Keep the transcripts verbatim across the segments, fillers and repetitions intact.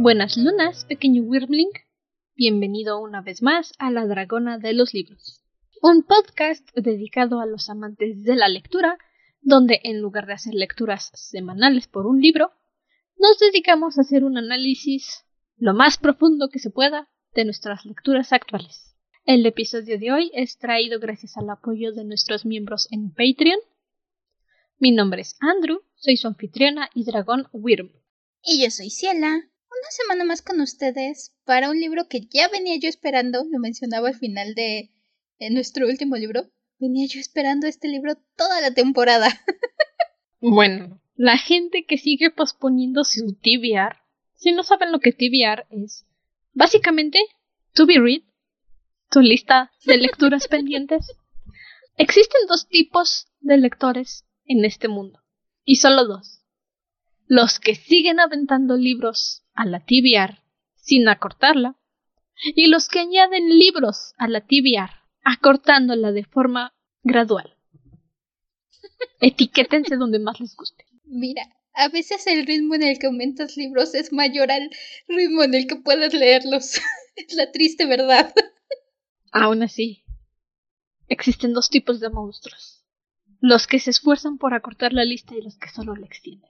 Buenas lunas, pequeño Wyrmling. Bienvenido una vez más a La Dragona de los Libros, un podcast dedicado a los amantes de la lectura, donde en lugar de hacer lecturas semanales por un libro, nos dedicamos a hacer un análisis lo más profundo que se pueda de nuestras lecturas actuales. El episodio de hoy es traído gracias al apoyo de nuestros miembros en Patreon. Mi nombre es Andrew, soy su anfitriona y dragón Wyrm. Y yo soy Ciela. Una semana más con ustedes para un libro que ya venía yo esperando, lo mencionaba al final de, de nuestro último libro. Venía yo esperando este libro toda la temporada. Bueno, la gente que sigue posponiendo su T B R, si no saben lo que T B R es, básicamente, to be read, tu lista de lecturas pendientes. Existen dos tipos de lectores en este mundo, y solo dos. Los que siguen aventando libros a la T B R sin acortarla, y los que añaden libros a la T B R acortándola de forma gradual. Etiquétense donde más les guste. Mira, a veces el ritmo en el que aumentas libros es mayor al ritmo en el que puedes leerlos. Es la triste verdad. Aún así, existen dos tipos de monstruos. Los que se esfuerzan por acortar la lista y los que solo la extienden.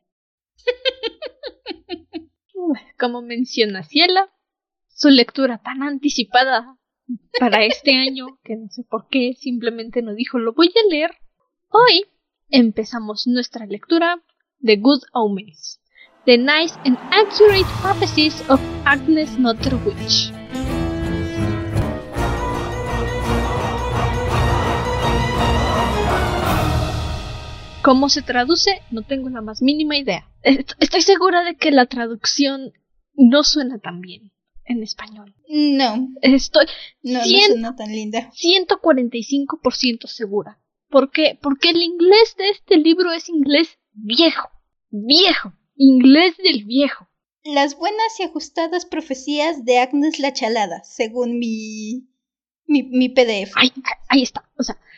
Como menciona Ciela, su lectura tan anticipada para este año, que no sé por qué, simplemente nos dijo, lo voy a leer. Hoy empezamos nuestra lectura de Good Omens, The Nice and Accurate Prophecies of Agnes Notterwich. ¿Cómo se traduce? No tengo la más mínima idea. Estoy segura de que la traducción no suena tan bien en español. No. Estoy no, cien, no suena tan linda. ciento cuarenta y cinco por ciento segura. ¿Por qué? Porque el inglés de este libro es inglés viejo. Viejo. Inglés del viejo. Las buenas y ajustadas profecías de Agnes la Chalada, según mi, mi, mi P D F. Ahí, ahí está. O sea,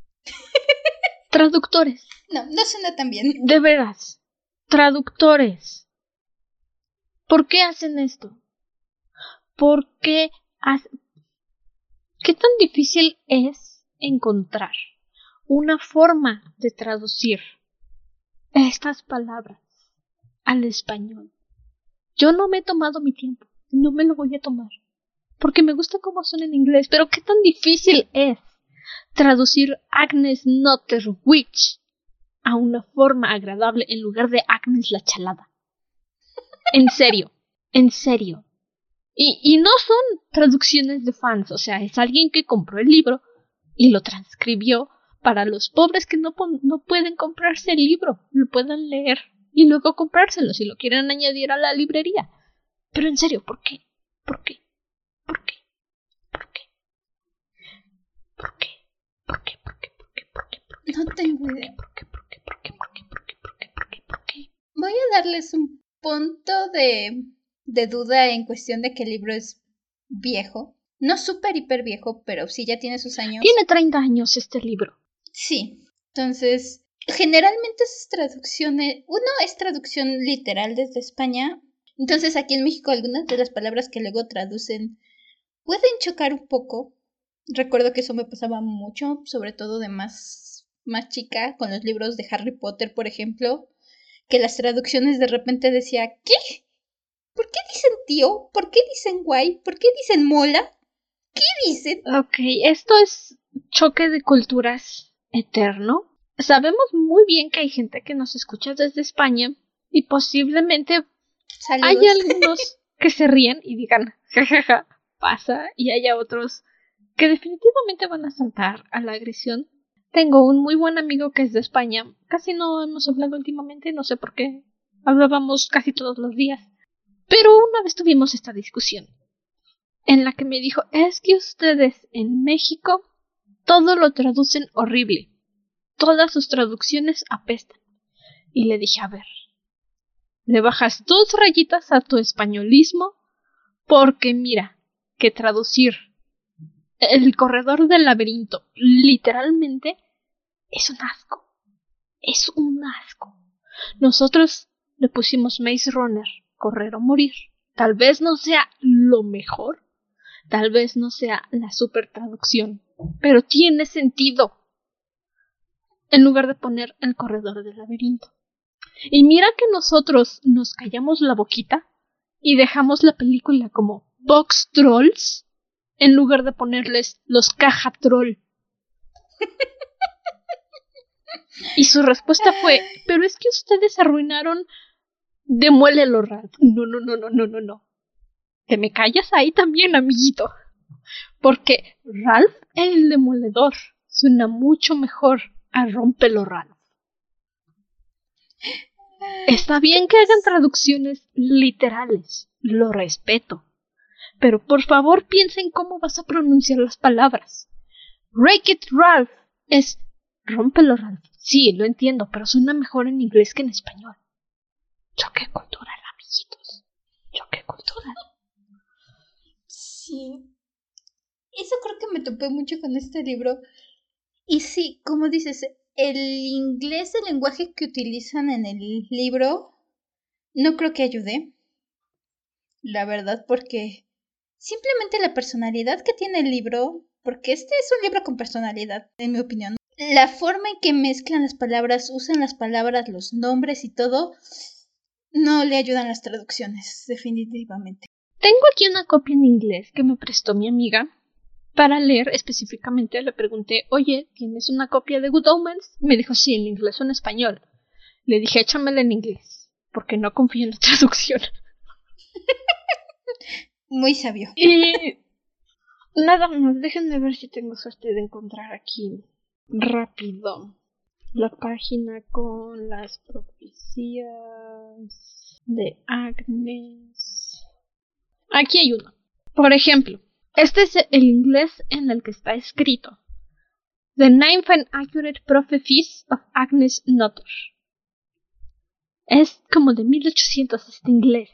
traductores. No, no suena tan bien. De veras. Traductores. ¿Por qué hacen esto? ¿Por qué hacen... ¿Qué tan difícil es encontrar una forma de traducir estas palabras al español? Yo no me he tomado mi tiempo. No me lo voy a tomar. Porque me gusta cómo son en inglés. Pero ¿qué tan difícil es traducir Agnes Notterwich a una forma agradable en lugar de Agnes la Chalada? En serio, en serio. Y, y no son traducciones de fans, o sea, es alguien que compró el libro y lo transcribió para los pobres que no, no pueden comprarse el libro, lo puedan leer y luego comprárselo si lo quieren añadir a la librería. Pero en serio, ¿por qué? ¿Por qué? ¿Por qué? ¿Por qué? ¿Por qué? ¿Por qué? ¿Por qué? ¿Por qué? ¿Por qué? ¿Por qué? No tengo idea. ¿Por qué? ¿Por qué? ¿Por qué? ¿Por qué? ¿Por qué? ¿Por qué? ¿Por qué? ¿Por qué? Voy a darles un punto de, de duda en cuestión de que el libro es viejo. No súper hiper viejo, pero sí ya tiene sus años. Tiene treinta años este libro. Sí. Entonces, generalmente esas traducciones... Uno es traducción literal desde España. Entonces aquí en México algunas de las palabras que luego traducen pueden chocar un poco. Recuerdo que eso me pasaba mucho, sobre todo de más, más chica, con los libros de Harry Potter, por ejemplo, que las traducciones de repente decía, ¿qué? ¿Por qué dicen tío? ¿Por qué dicen guay? ¿Por qué dicen mola? ¿Qué dicen? Ok, esto es choque de culturas eterno. Sabemos muy bien que hay gente que nos escucha desde España y posiblemente Saludos. hay algunos que se ríen y digan, jajaja, pasa, y haya otros que definitivamente van a saltar a la agresión. Tengo un muy buen amigo que es de España. Casi no hemos hablado últimamente, no sé por qué. Hablábamos casi todos los días. Pero una vez tuvimos esta discusión en la que me dijo, es que ustedes en México todo lo traducen horrible. Todas sus traducciones apestan. Y le dije, a ver, le bajas dos rayitas a tu españolismo porque mira, que traducir El corredor del laberinto literalmente es un asco. Es un asco. Nosotros le pusimos Maze Runner, correr o morir. Tal vez no sea lo mejor, tal vez no sea la super traducción, pero tiene sentido. En lugar de poner el corredor del laberinto. Y mira que nosotros nos callamos la boquita y dejamos la película como Box Trolls en lugar de ponerles los Caja Troll. Y su respuesta fue, pero es que ustedes arruinaron Demuélelo, Ralph. No, no, no, no, no, no, no. Te me callas ahí también, amiguito. Porque Ralph el Demoledor suena mucho mejor a Rómpelo, Ralph. Está bien que hagan traducciones literales, lo respeto. Pero por favor piensen cómo vas a pronunciar las palabras. Rake it, Ralph es Rómpelo, Ralph. Sí, lo entiendo, pero suena mejor en inglés que en español. Choque cultural, amiguitos. Choque cultural. Sí. Eso creo que me topé mucho con este libro. Y sí, como dices, el inglés, el lenguaje que utilizan en el libro, no creo que ayude. La verdad, porque simplemente la personalidad que tiene el libro, porque este es un libro con personalidad, en mi opinión. La forma en que mezclan las palabras, usan las palabras, los nombres y todo, no le ayudan las traducciones, definitivamente. Tengo aquí una copia en inglés que me prestó mi amiga para leer específicamente. Le pregunté, oye, ¿tienes una copia de Good Omens? Me dijo, sí, en inglés o en español. Le dije, échamela en inglés, porque no confío en la traducción. Muy sabio. Y nada más, déjenme ver si tengo suerte de encontrar aquí rápido la página con las profecías de Agnes. Aquí hay uno. Por ejemplo, este es el inglés en el que está escrito: The Ninth and Accurate Prophecies of Agnes Nutter. Es como de mil ochocientos este inglés.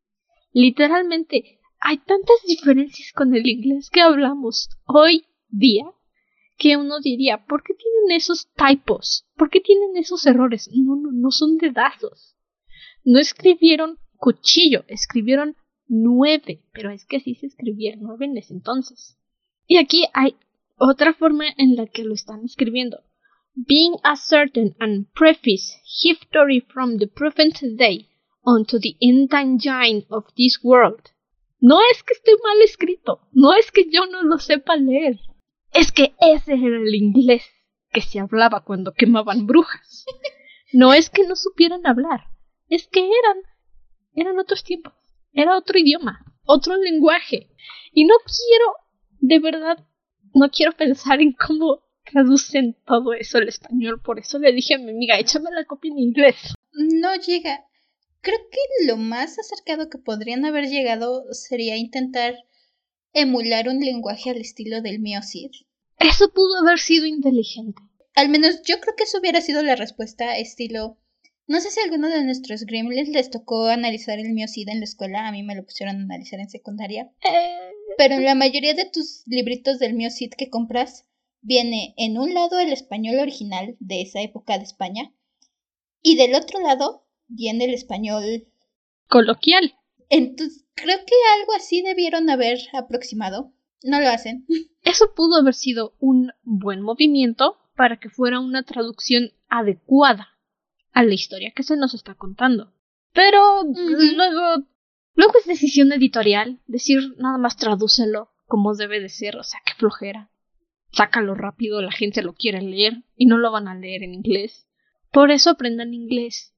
Literalmente, hay tantas diferencias con el inglés que hablamos hoy día que uno diría, ¿por qué tienen esos typos? ¿Por qué tienen esos errores? No, no, no son dedazos. No escribieron cuchillo, escribieron nueve, pero es que así se escribía el nueve en ese entonces. Y aquí hay otra forma en la que lo están escribiendo. Being a certain and preface history from the present day unto the end engine of this world. No es que esté mal escrito, no es que yo no lo sepa leer. Es que ese era el inglés que se hablaba cuando quemaban brujas. No es que no supieran hablar, es que eran, eran otros tiempos, era otro idioma, otro lenguaje. Y no quiero, de verdad, no quiero pensar en cómo traducen todo eso al español. Por eso le dije a mi amiga, échame la copia en inglés. No llega. Creo que lo más acercado que podrían haber llegado sería intentar emular un lenguaje al estilo del mío Cid. Eso pudo haber sido inteligente. Al menos yo creo que eso hubiera sido la respuesta, estilo... No sé si a alguno de nuestros gremlins les tocó analizar el mío Cid en la escuela. A mí me lo pusieron a analizar en secundaria. Eh... Pero en la mayoría de tus libritos del mío Cid que compras, viene en un lado el español original de esa época de España, y del otro lado viene el español coloquial. Entonces, creo que algo así debieron haber aproximado. No lo hacen. Eso pudo haber sido un buen movimiento para que fuera una traducción adecuada a la historia que se nos está contando. Pero uh-huh. luego, luego es decisión editorial decir nada más tradúcelo como debe de ser. O sea, qué flojera. Sácalo rápido, la gente lo quiere leer y no lo van a leer en inglés. Por eso aprendan inglés.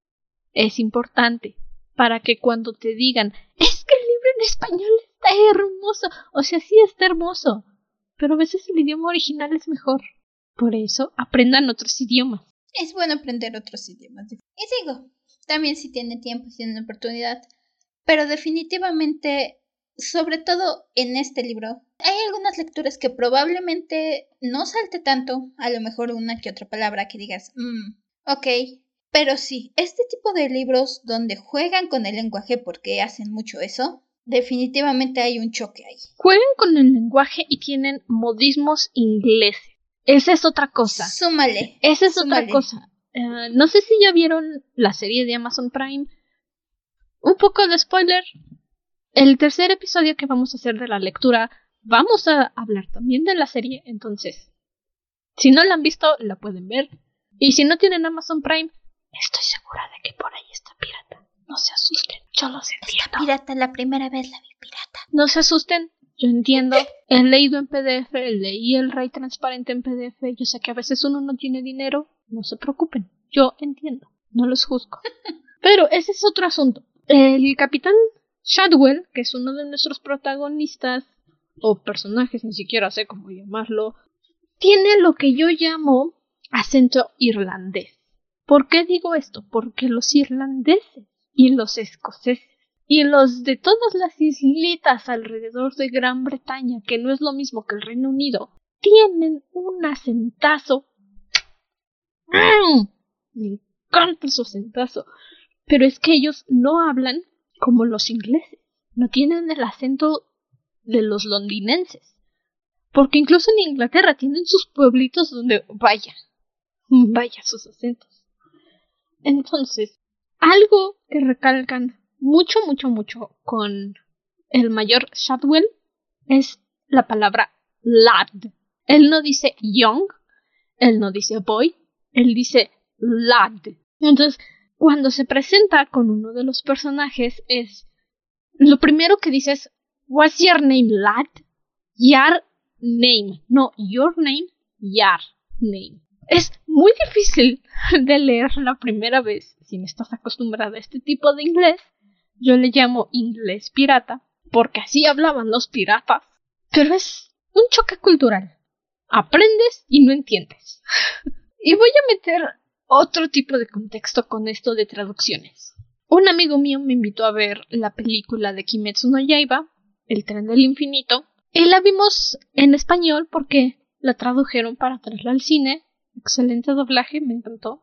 Es importante para que cuando te digan, es que el libro en español está hermoso. O sea, sí está hermoso, pero a veces el idioma original es mejor. Por eso aprendan otros idiomas. Es bueno aprender otros idiomas. Y digo, también si tienen tiempo, si tienen oportunidad. Pero definitivamente, sobre todo en este libro, hay algunas lecturas que probablemente no salte tanto. A lo mejor una que otra palabra que digas, mmm, ok. Pero sí, este tipo de libros donde juegan con el lenguaje, porque hacen mucho eso, definitivamente hay un choque ahí. Juegan con el lenguaje y tienen modismos ingleses. Esa es otra cosa. Súmale. Esa es súmale. otra cosa. Uh, no sé si ya vieron la serie de Amazon Prime. Un poco de spoiler. el tercer episodio que vamos a hacer de la lectura, vamos a hablar también de la serie, entonces, si no la han visto, la pueden ver. Y si no tienen Amazon Prime, estoy segura de que por ahí está pirata. No se asusten, yo los entiendo. Está pirata, la primera vez la vi pirata. No se asusten, yo entiendo. He leído en P D F, leí el Ray transparente en P D F. Yo sé que a veces uno no tiene dinero, no se preocupen. Yo entiendo, no los juzgo. Pero ese es otro asunto. El capitán Shadwell, que es uno de nuestros protagonistas, o personajes, ni siquiera sé cómo llamarlo, tiene lo que yo llamo acento irlandés. ¿Por qué digo esto? Porque los irlandeses y los escoceses y los de todas las islitas alrededor de Gran Bretaña, que no es lo mismo que el Reino Unido, tienen un acentazo. ¡Mm! Me encanta su acentazo. Pero es que ellos no hablan como los ingleses. No tienen el acento de los londinenses. Porque incluso en Inglaterra tienen sus pueblitos donde, vaya, vaya sus acentos. Entonces, algo que recalcan mucho, mucho, mucho con el mayor Shadwell es la palabra lad. Él no dice young, él no dice boy, él dice lad. Entonces, cuando se presenta con uno de los personajes, es lo primero que dice es, what's your name, lad? Your name, no your name, your name. Es muy difícil de leer la primera vez si no estás acostumbrada a este tipo de inglés. Yo le llamo inglés pirata, porque así hablaban los piratas. Pero es un choque cultural. Aprendes y no entiendes. Y voy a meter otro tipo de contexto con esto de traducciones. Un amigo mío me invitó a ver la película de Kimetsu no Yaiba, El tren del infinito, y la vimos en español porque la tradujeron para traerla al cine. Excelente doblaje, me encantó.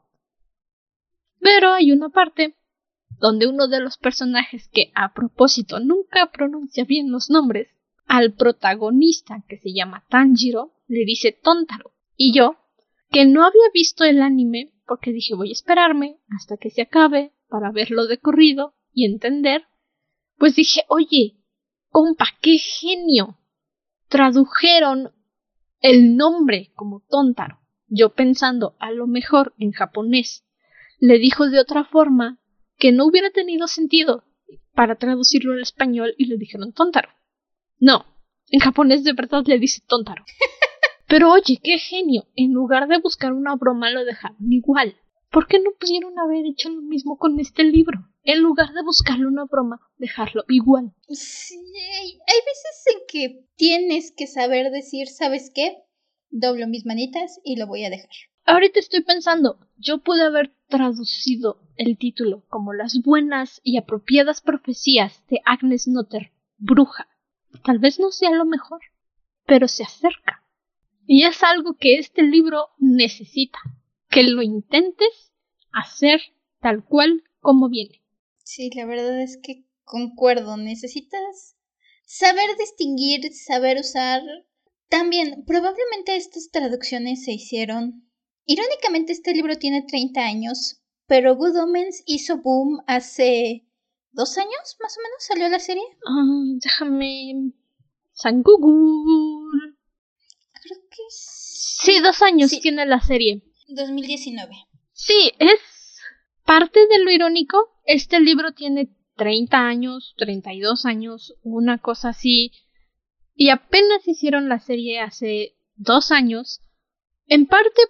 Pero hay una parte donde uno de los personajes, que a propósito nunca pronuncia bien los nombres, al protagonista, que se llama Tanjiro, le dice Tontaro. Y yo, que no había visto el anime, porque dije voy a esperarme hasta que se acabe para verlo de corrido y entender, pues dije, oye, compa, qué genio. Tradujeron el nombre como Tontaro. Yo pensando, a lo mejor en japonés le dijo de otra forma que no hubiera tenido sentido para traducirlo al español y le dijeron Tontaro. No, en japonés de verdad le dice Tontaro. Pero oye, qué genio, en lugar de buscar una broma lo dejaron igual. ¿Por qué no pudieron haber hecho lo mismo con este libro? En lugar de buscarle una broma, dejarlo igual. Sí, hay veces en que tienes que saber decir, ¿sabes qué? Doblo mis manitas y lo voy a dejar. Ahorita estoy pensando, yo pude haber traducido el título como Las buenas y apropiadas profecías de Agnes Notter, bruja. Tal vez no sea lo mejor, pero se acerca. Y es algo que este libro necesita, que lo intentes hacer tal cual como viene. Sí, la verdad es que concuerdo, necesitas saber distinguir, saber usar. También, probablemente estas traducciones se hicieron. Irónicamente, este libro tiene treinta años, pero Good Omens hizo boom hace dos años, más o menos, salió la serie. Uh, déjame... San Google. Creo que sí. Sí, dos años sí. Tiene la serie. dos mil diecinueve. Sí, es parte de lo irónico. Este libro tiene treinta años, treinta y dos años, una cosa así. Y apenas hicieron la serie hace dos años. En parte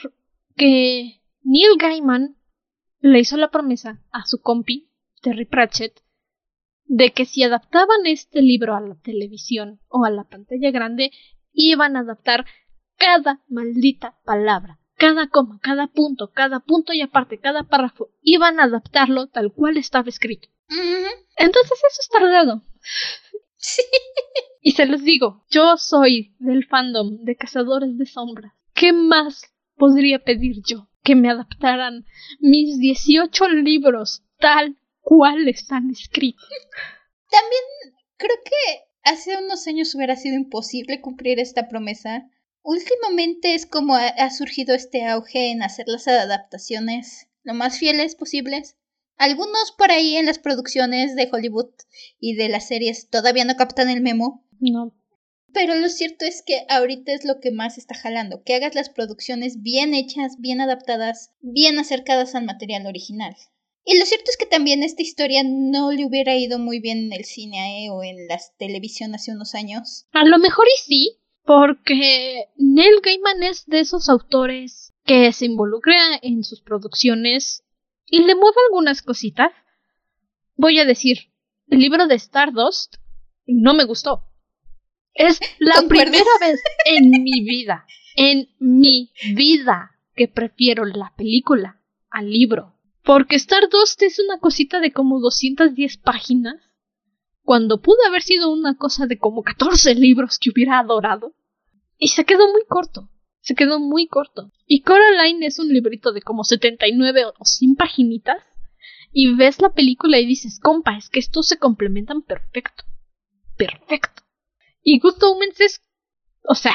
porque Neil Gaiman le hizo la promesa a su compi, Terry Pratchett, de que si adaptaban este libro a la televisión o a la pantalla grande, iban a adaptar cada maldita palabra, cada coma, cada punto, cada punto y aparte, cada párrafo, iban a adaptarlo tal cual estaba escrito. Uh-huh. Entonces eso es tardado. Sí. Y se los digo, yo soy del fandom de Cazadores de Sombras. ¿Qué más podría pedir yo? Que me adaptaran mis dieciocho libros tal cual están escritos. También creo que hace unos años hubiera sido imposible cumplir esta promesa. Últimamente es como ha, ha surgido este auge en hacer las adaptaciones lo más fieles posibles Algunos por ahí en las producciones de Hollywood y de las series todavía no captan el memo. No. Pero lo cierto es que ahorita es lo que más está jalando, que hagas las producciones bien hechas, bien adaptadas, bien acercadas al material original. Y lo cierto es que también esta historia no le hubiera ido muy bien en el cine eh, o en la televisión hace unos años. A lo mejor y sí, porque Neil Gaiman es de esos autores que se involucra en sus producciones y le mueve algunas cositas. Voy a decir, el libro de Stardust no me gustó. Es la Concuerdo. primera vez en mi vida, en mi vida, que prefiero la película al libro. Porque Stardust es una cosita de como doscientas diez páginas, cuando pudo haber sido una cosa de como catorce libros que hubiera adorado. Y se quedó muy corto, se quedó muy corto. Y Coraline es un librito de como setenta y nueve o cien paginitas, y ves la película y dices, compa, es que estos se complementan perfecto, perfecto. Y Good Omens es, o sea,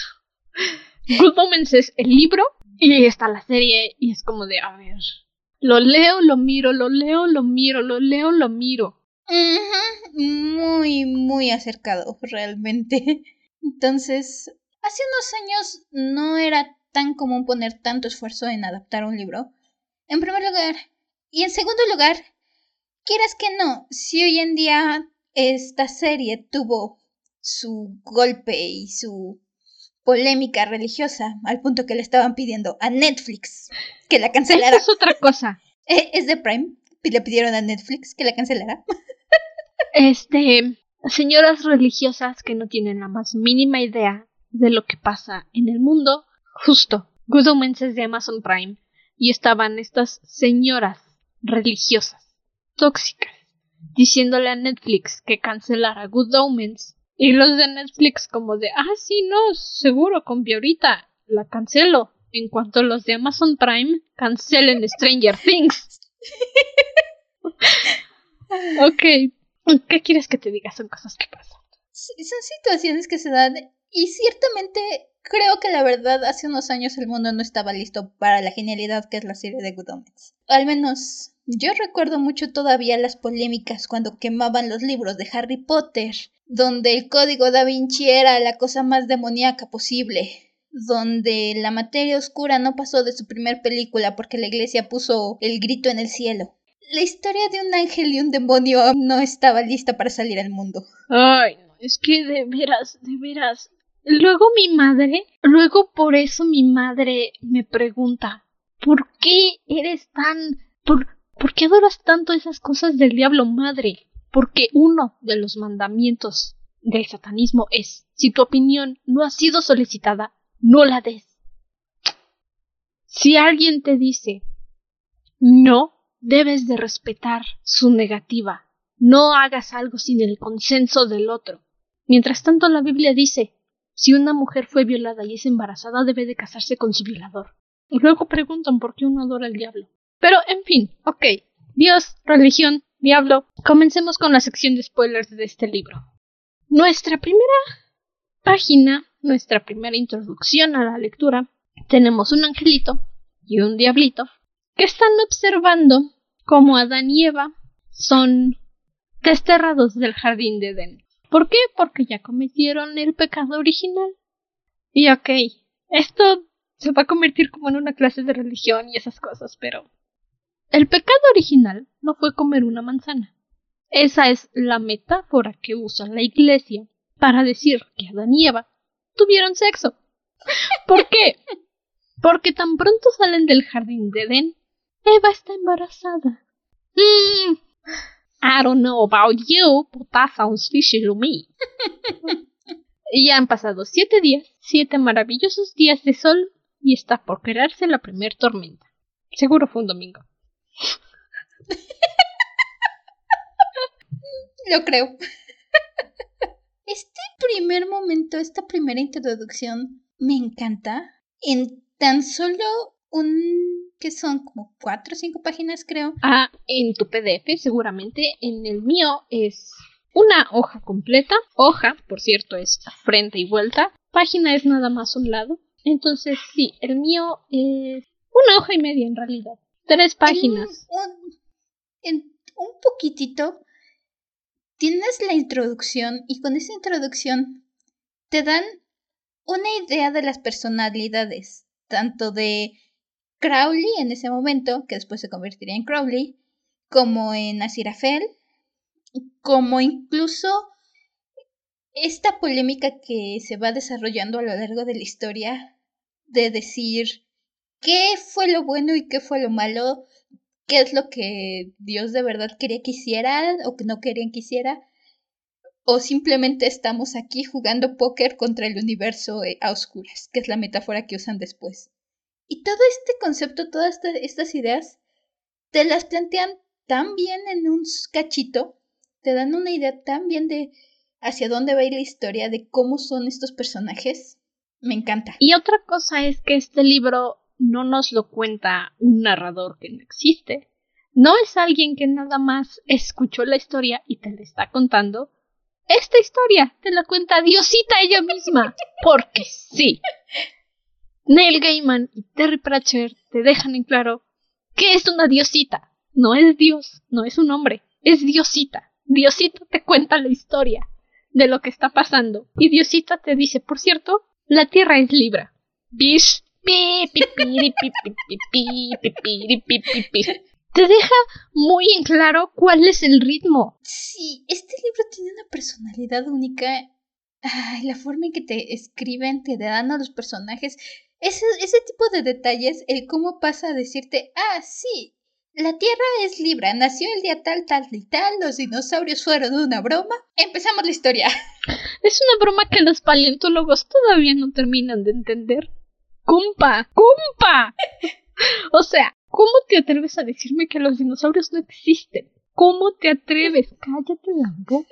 Good Omens es el libro y está la serie y es como de, a ver, lo leo, lo miro, lo leo, lo miro, lo leo, lo miro. Uh-huh. Muy, muy acercado, realmente. Entonces, hace unos años no era tan común poner tanto esfuerzo en adaptar un libro. En primer lugar. Y en segundo lugar, quieras que no, si hoy en día esta serie tuvo su golpe y su polémica religiosa al punto que le estaban pidiendo a Netflix que la cancelara. Esa es otra cosa. Es de Prime. Le pidieron a Netflix que la cancelara. Este, señoras religiosas que no tienen la más mínima idea de lo que pasa en el mundo. Justo, Good Omens es de Amazon Prime y estaban estas señoras religiosas tóxicas diciéndole a Netflix que cancelara Good Omens. Y los de Netflix como de, ah, sí, no, seguro, con ahorita la cancelo. En cuanto los de Amazon Prime cancelen Stranger Things. Ok, ¿qué quieres que te diga? Son cosas que pasan. Sí, son situaciones que se dan y ciertamente creo que la verdad hace unos años el mundo no estaba listo para la genialidad que es la serie de Good Omens. Al menos yo recuerdo mucho todavía las polémicas cuando quemaban los libros de Harry Potter, donde el código Da Vinci era la cosa más demoníaca posible, donde la materia oscura no pasó de su primer película porque la iglesia puso el grito en el cielo. La historia de un ángel y un demonio no estaba lista para salir al mundo. Ay, no, es que de veras, de veras. Luego mi madre, luego por eso mi madre me pregunta, ¿por qué eres tan... por, ¿por qué adoras tanto esas cosas del diablo, madre? Porque uno de los mandamientos del satanismo es, si tu opinión no ha sido solicitada, no la des. Si alguien te dice, no, debes de respetar su negativa. No hagas algo sin el consenso del otro. Mientras tanto, la Biblia dice, si una mujer fue violada y es embarazada, debe de casarse con su violador. Y luego preguntan por qué uno adora al diablo. Pero, en fin, ok. Dios, religión, diablo. Comencemos con la sección de spoilers de este libro. Nuestra primera página, nuestra primera introducción a la lectura, tenemos un angelito y un diablito que están observando cómo Adán y Eva son desterrados del jardín de Edén. ¿Por qué? Porque ya cometieron el pecado original. Y ok, esto se va a convertir como en una clase de religión y esas cosas, pero el pecado original no fue comer una manzana. Esa es la metáfora que usa la iglesia para decir que Adán y Eva tuvieron sexo. ¿Por qué? Porque tan pronto salen del jardín de Edén, Eva está embarazada. Mm, I don't know about you, but that sounds fishy to me. Y ya han pasado siete días, siete maravillosos días de sol, y está por crearse la primer tormenta. Seguro fue un domingo. Lo creo. Este primer momento, esta primera introducción, me encanta. En tan solo un... que son como cuatro o cinco páginas, creo. Ah, en tu P D F, seguramente. En el mío es una hoja completa. Hoja, por cierto, es frente y vuelta. Página es nada más un lado. Entonces, sí, el mío es una hoja y media en realidad. Tres páginas. Un, un, en un poquitito tienes la introducción y con esa introducción te dan una idea de las personalidades, tanto de Crowley en ese momento, que después se convertiría en Crowley, como en Aziraphale, como incluso esta polémica que se va desarrollando a lo largo de la historia de decir qué fue lo bueno y qué fue lo malo, qué es lo que Dios de verdad quería que hiciera o que no querían que hiciera, o simplemente estamos aquí jugando póker contra el universo a oscuras, que es la metáfora que usan después. Y todo este concepto, todas esta, estas ideas, te las plantean tan bien en un cachito, te dan una idea tan bien de hacia dónde va a ir la historia, de cómo son estos personajes. Me encanta. Y otra cosa es que este libro no nos lo cuenta un narrador que no existe. No es alguien que nada más escuchó la historia y te la está contando. Esta historia te la cuenta Diosita ella misma. Porque sí. Neil Gaiman y Terry Pratchett te dejan en claro que es una diosita. No es Dios, no es un hombre, es Diosita. Diosita te cuenta la historia de lo que está pasando. Y Diosita te dice, por cierto, la Tierra es Libra. Bish, pi, pi, pi, pi, pi, pi, pi, pi, pi, pi, pi. Te deja muy en claro cuál es el ritmo. Sí, este libro tiene una personalidad única. Ay, la forma en que te escriben, te dan a los personajes. Ese, ese tipo de detalles, el cómo pasa a decirte, ah, sí, la Tierra es Libra, nació el día tal, tal y tal, los dinosaurios fueron una broma. Empezamos la historia. Es una broma que los paleontólogos todavía no terminan de entender. ¡Compa! ¡Compa! O sea, ¿cómo te atreves a decirme que los dinosaurios no existen? ¿Cómo te atreves? Cállate la boca.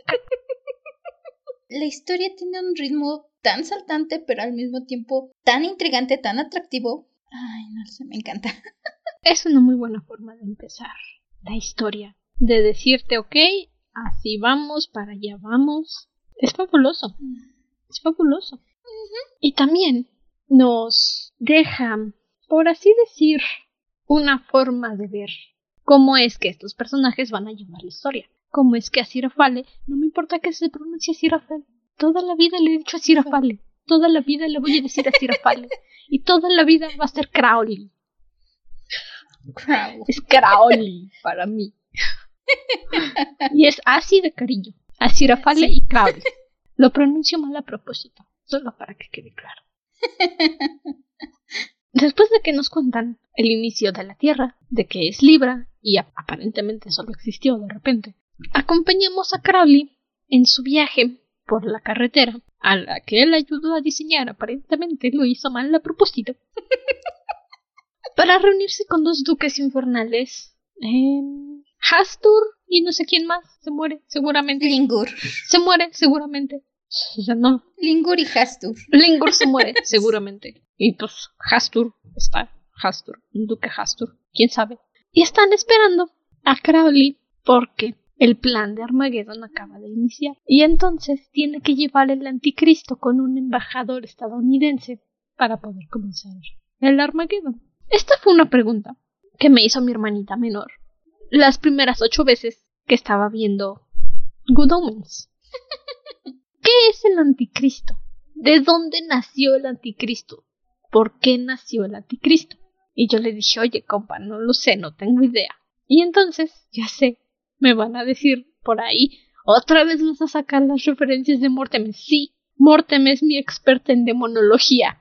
La historia tiene un ritmo tan saltante, pero al mismo tiempo tan intrigante, tan atractivo. Ay, no sé, me encanta. Es una muy buena forma de empezar la historia. De decirte, ok, así vamos, para allá vamos. Es fabuloso. Es fabuloso. Uh-huh. Y también nos deja, por así decir, una forma de ver cómo es que estos personajes van a llevar la historia. Cómo es que Aziraphale, no me importa que se pronuncie Aziraphale, toda la vida le he dicho Aziraphale, toda la vida le voy a decir Aziraphale, y toda la vida va a ser Crowley. Crowley. Es Crowley para mí. Y es así de cariño. Aziraphale sí. Y Crowley. Lo pronuncio mal a propósito, solo para que quede claro. Después de que nos cuentan el inicio de la Tierra, de que es Libra, y aparentemente solo existió de repente, acompañamos a Crowley en su viaje por la carretera, a la que él ayudó a diseñar, aparentemente lo hizo mal a propósito, para reunirse con dos duques infernales. Eh, Hastur y no sé quién más se muere, seguramente. Lingur. Se muere, seguramente. O sea, no. Lingur y Hastur. Lingur se muere, seguramente. Y pues Hastur está. Hastur, un duque Hastur, quién sabe. Y están esperando a Crowley porque el plan de Armageddon acaba de iniciar. Y entonces tiene que llevar el anticristo con un embajador estadounidense para poder comenzar el Armageddon. Esta fue una pregunta que me hizo mi hermanita menor las primeras ocho veces que estaba viendo Good Omens. ¿Qué es el anticristo? ¿De dónde nació el anticristo? ¿Por qué nació el anticristo? Y yo le dije, oye, compa, no lo sé, no tengo idea. Y entonces, ya sé, me van a decir por ahí, ¿otra vez vas a sacar las referencias de Mortem? Sí, Mortem es mi experta en demonología.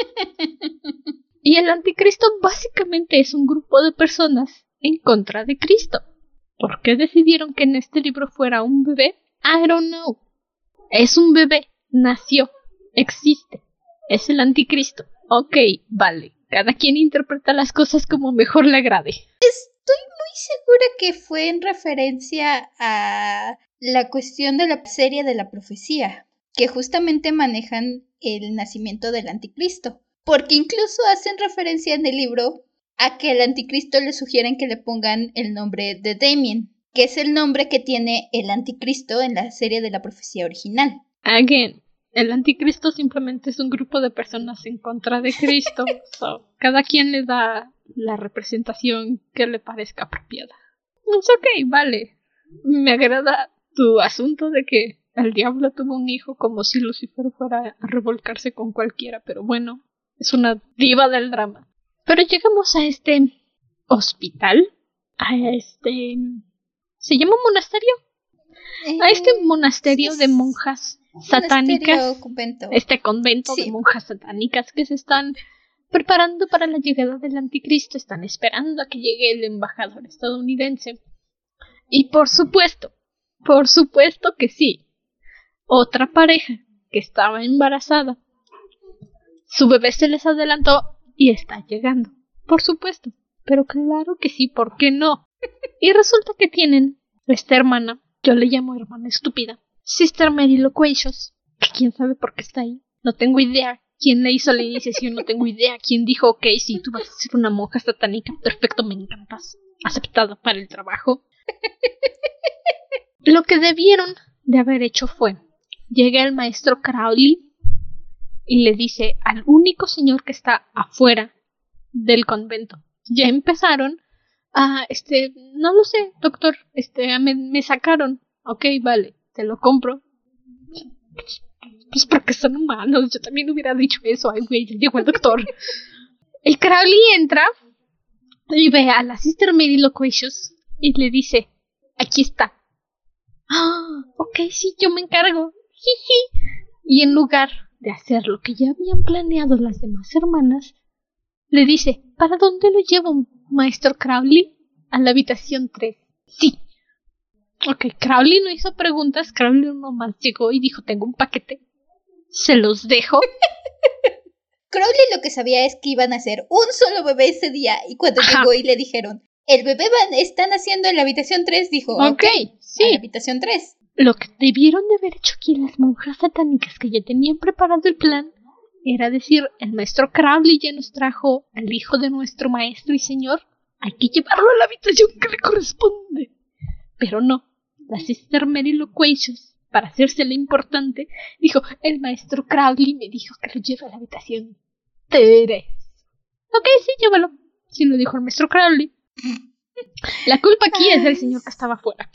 Y el anticristo básicamente es un grupo de personas en contra de Cristo. ¿Por qué decidieron que en este libro fuera un bebé? I don't know. Es un bebé, nació, existe, es el anticristo. Ok, vale, cada quien interpreta las cosas como mejor le agrade. Estoy muy segura que fue en referencia a la cuestión de la serie de la profecía, que justamente manejan el nacimiento del anticristo. Porque incluso hacen referencia en el libro a que al anticristo le sugieren que le pongan el nombre de Damien, que es el nombre que tiene el anticristo en la serie de la profecía original. Again, el anticristo simplemente es un grupo de personas en contra de Cristo. So, cada quien le da la representación que le parezca apropiada. Es ok, vale. Me agrada tu asunto de que el diablo tuvo un hijo como si Lucifer fuera a revolcarse con cualquiera, pero bueno, es una diva del drama. Pero llegamos a este hospital, a este... ¿se llama monasterio? Eh, A este monasterio sí, de monjas satánicas, monasterio, convento. este convento Sí. de monjas satánicas que se están preparando para la llegada del anticristo, están esperando a que llegue el embajador estadounidense. Y por supuesto, por supuesto que sí, otra pareja que estaba embarazada, su bebé se les adelantó y está llegando, por supuesto, pero claro que sí, ¿por qué no? Y resulta que tienen esta hermana, yo le llamo hermana estúpida, Sister Mary Loquacious, que quién sabe por qué está ahí, no tengo idea quién le hizo la iniciación, no tengo idea quién dijo, ok, sí, tú vas a ser una monja satánica, perfecto, me encantas, aceptada para el trabajo. Lo que debieron de haber hecho fue, llega el maestro Crowley y le dice al único señor que está afuera del convento, ya empezaron a, este, no lo sé, doctor, este, me, me sacaron, ok, vale, te lo compro. Pues porque son humanos, yo también hubiera dicho eso, ay güey, ya llegó el doctor. El Crowley entra y ve a la Sister Mary Loquacious y le dice, aquí está. Ah, ok, sí, yo me encargo. Jiji. Y en lugar de hacer lo que ya habían planeado las demás hermanas, le dice, ¿para dónde lo llevo, maestro Crowley? A la habitación tres. Sí. Ok, Crowley no hizo preguntas, Crowley nomás llegó y dijo, tengo un paquete, se los dejo. Crowley lo que sabía es que iban a hacer un solo bebé ese día, y cuando Ajá. llegó y le dijeron, el bebé van, están haciendo en la habitación tres, dijo, ok, Ok, sí. a la habitación tres. Lo que debieron de haber hecho aquí las monjas satánicas que ya tenían preparado el plan era decir, el maestro Crowley ya nos trajo al hijo de nuestro maestro y señor, hay que llevarlo a la habitación que le corresponde. Pero no, la Sister Mary Loquacious, para hacérsela importante, dijo, el maestro Crowley me dijo que lo lleve a la habitación tres. Ok, sí, llévalo. Sí lo dijo el maestro Crowley. La culpa aquí es del señor que estaba afuera.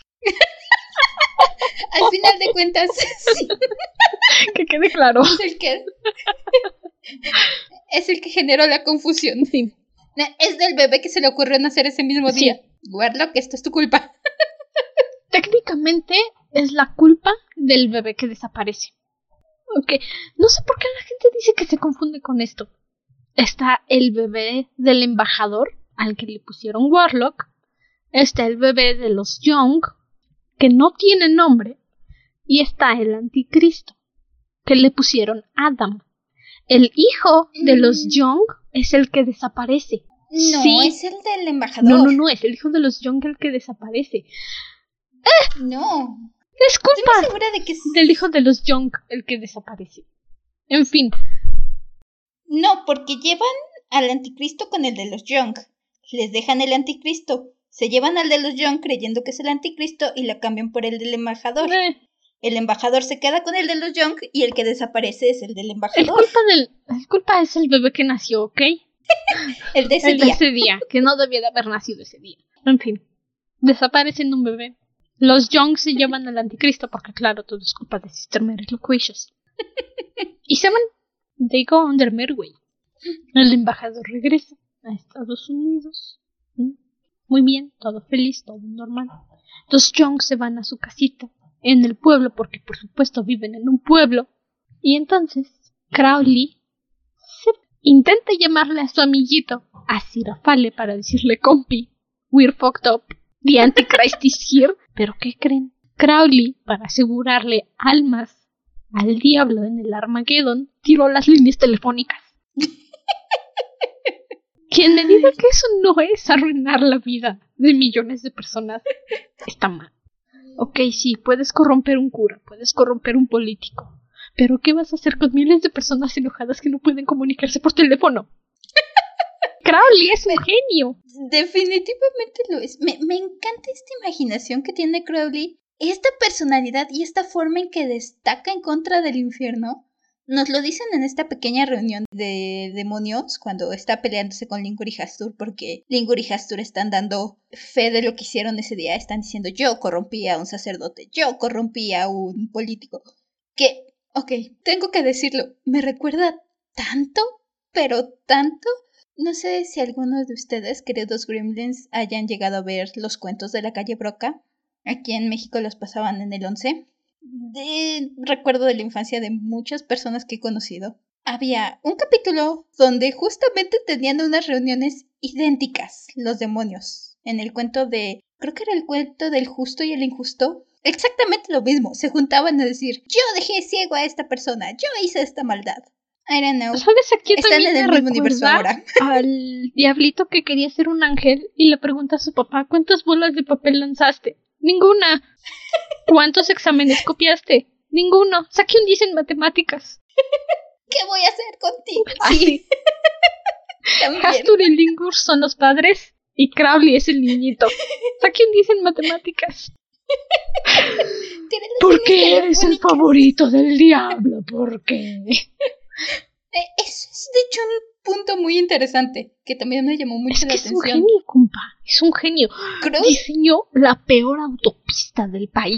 Al final de cuentas, sí, Que quede claro. es el que es el que generó la confusión. Sí. Es del bebé que se le ocurrió nacer ese mismo Sí. día. Warlock, esto es tu culpa. Técnicamente es la culpa del bebé que desaparece. Ok, no sé por qué la gente dice que se confunde con esto. Está el bebé del embajador, al que le pusieron Warlock. Está el bebé de los Young, que no tiene nombre. Y está el anticristo, que le pusieron Adam. El hijo de los Young es el que desaparece. No, Sí. es el del embajador. No, no, no, es el hijo de los Young el que desaparece. No. Es Estoy culpa muy segura de que... del hijo de los Young el que desaparece. En fin. No, porque llevan al anticristo con el de los Young. Les dejan el anticristo. Se llevan al de los Young creyendo que es el anticristo y lo cambian por el del embajador. Eh, El embajador se queda con el de los Young y el que desaparece es el del es embajador. culpa del. Es culpa es el bebé que nació, ¿ok? El de ese El de día. ese día, que no debía de haber nacido ese día. En fin. Desaparecen un bebé. Los Young se llevan al anticristo porque, claro, todo es culpa de Sister Mary Loquacious. Y se van. They go on their merry way. El embajador regresa a Estados Unidos. ¿Mm? Muy bien, todo feliz, todo normal. Los Young se van a su casita en el pueblo porque, por supuesto, viven en un pueblo. Y entonces Crowley se intenta llamarle a su amiguito, a Sirafale, para decirle, compi, we're fucked up, the Antichrist is here. Pero ¿qué creen? Crowley, para asegurarle almas al diablo en el Armageddon, tiró las líneas telefónicas. Quien me diga que eso no es arruinar la vida de millones de personas, está mal. Ok, sí, puedes corromper un cura, puedes corromper un político, pero ¿qué vas a hacer con miles de personas enojadas que no pueden comunicarse por teléfono? Crowley es un genio. Definitivamente lo es. Me, me encanta esta imaginación que tiene Crowley. Esta personalidad y esta forma en que destaca en contra del infierno Nos lo dicen en esta pequeña reunión de demonios cuando está peleándose con Lingur y Hastur, porque Lingur y Hastur están dando fe de lo que hicieron ese día. Están diciendo, yo corrompí a un sacerdote, yo corrompí a un político. Que, ok, tengo que decirlo, me recuerda tanto, pero tanto. No sé si algunos de ustedes, queridos gremlins, hayan llegado a ver los cuentos de la calle Broca. Aquí en México los pasaban en el once. De recuerdo de la infancia de muchas personas que he conocido. Había un capítulo donde justamente tenían unas reuniones idénticas los demonios. En el cuento de, creo que era el cuento del justo y el injusto. Exactamente lo mismo. Se juntaban a decir, yo dejé ciego a esta persona, yo hice esta maldad. I don't know. ¿Sabes? Aquí Están también en el me mismo universo recuerda ahora. al diablito que quería ser un ángel y le pregunta a su papá, ¿cuántas bolas de papel lanzaste? Ninguna. ¿Cuántos exámenes copiaste? Ninguno. Saqué un diez en matemáticas. ¿Qué voy a hacer contigo? Así. También. Hastur y Lingur son los padres y Crowley es el niñito. Saqué un diez en matemáticas. Tiene las ¿Por uñas qué eres el telefónicas. favorito del diablo? ¿Por qué? Eh, Eso es de hecho un punto muy interesante que también me llamó mucho Es la que es un atención. genio, compa. Es un genio. Creo Diseñó la peor autopista del país.